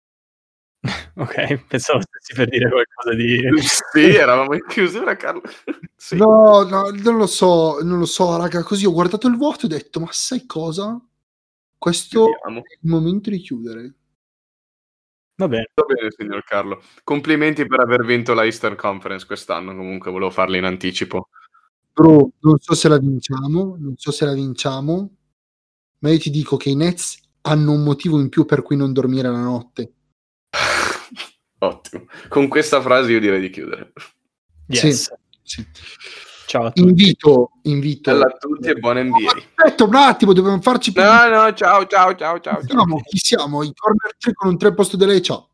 Ok, pensavo stessi per dire qualcosa di... Sì, eravamo in chiusura, Carlo. Sì. No, non lo so, raga, così ho guardato il vuoto e ho detto, ma sai cosa? Questo Chiudiamo. è il momento di chiudere. Va bene. Va bene, signor Carlo. Complimenti per aver vinto la Eastern Conference quest'anno, comunque volevo farlo in anticipo. Bro, non so se la vinciamo, ma io ti dico che i Nets hanno un motivo in più per cui non dormire la notte. Ottimo. Con questa frase io direi di chiudere. Yes. Sì. Ciao a tutti. Invito. Bella a tutti e buona NBA. Aspetta un attimo, dobbiamo farci più. No, ciao. Chi siamo? I corner 3 con un 3 posto delle ciao.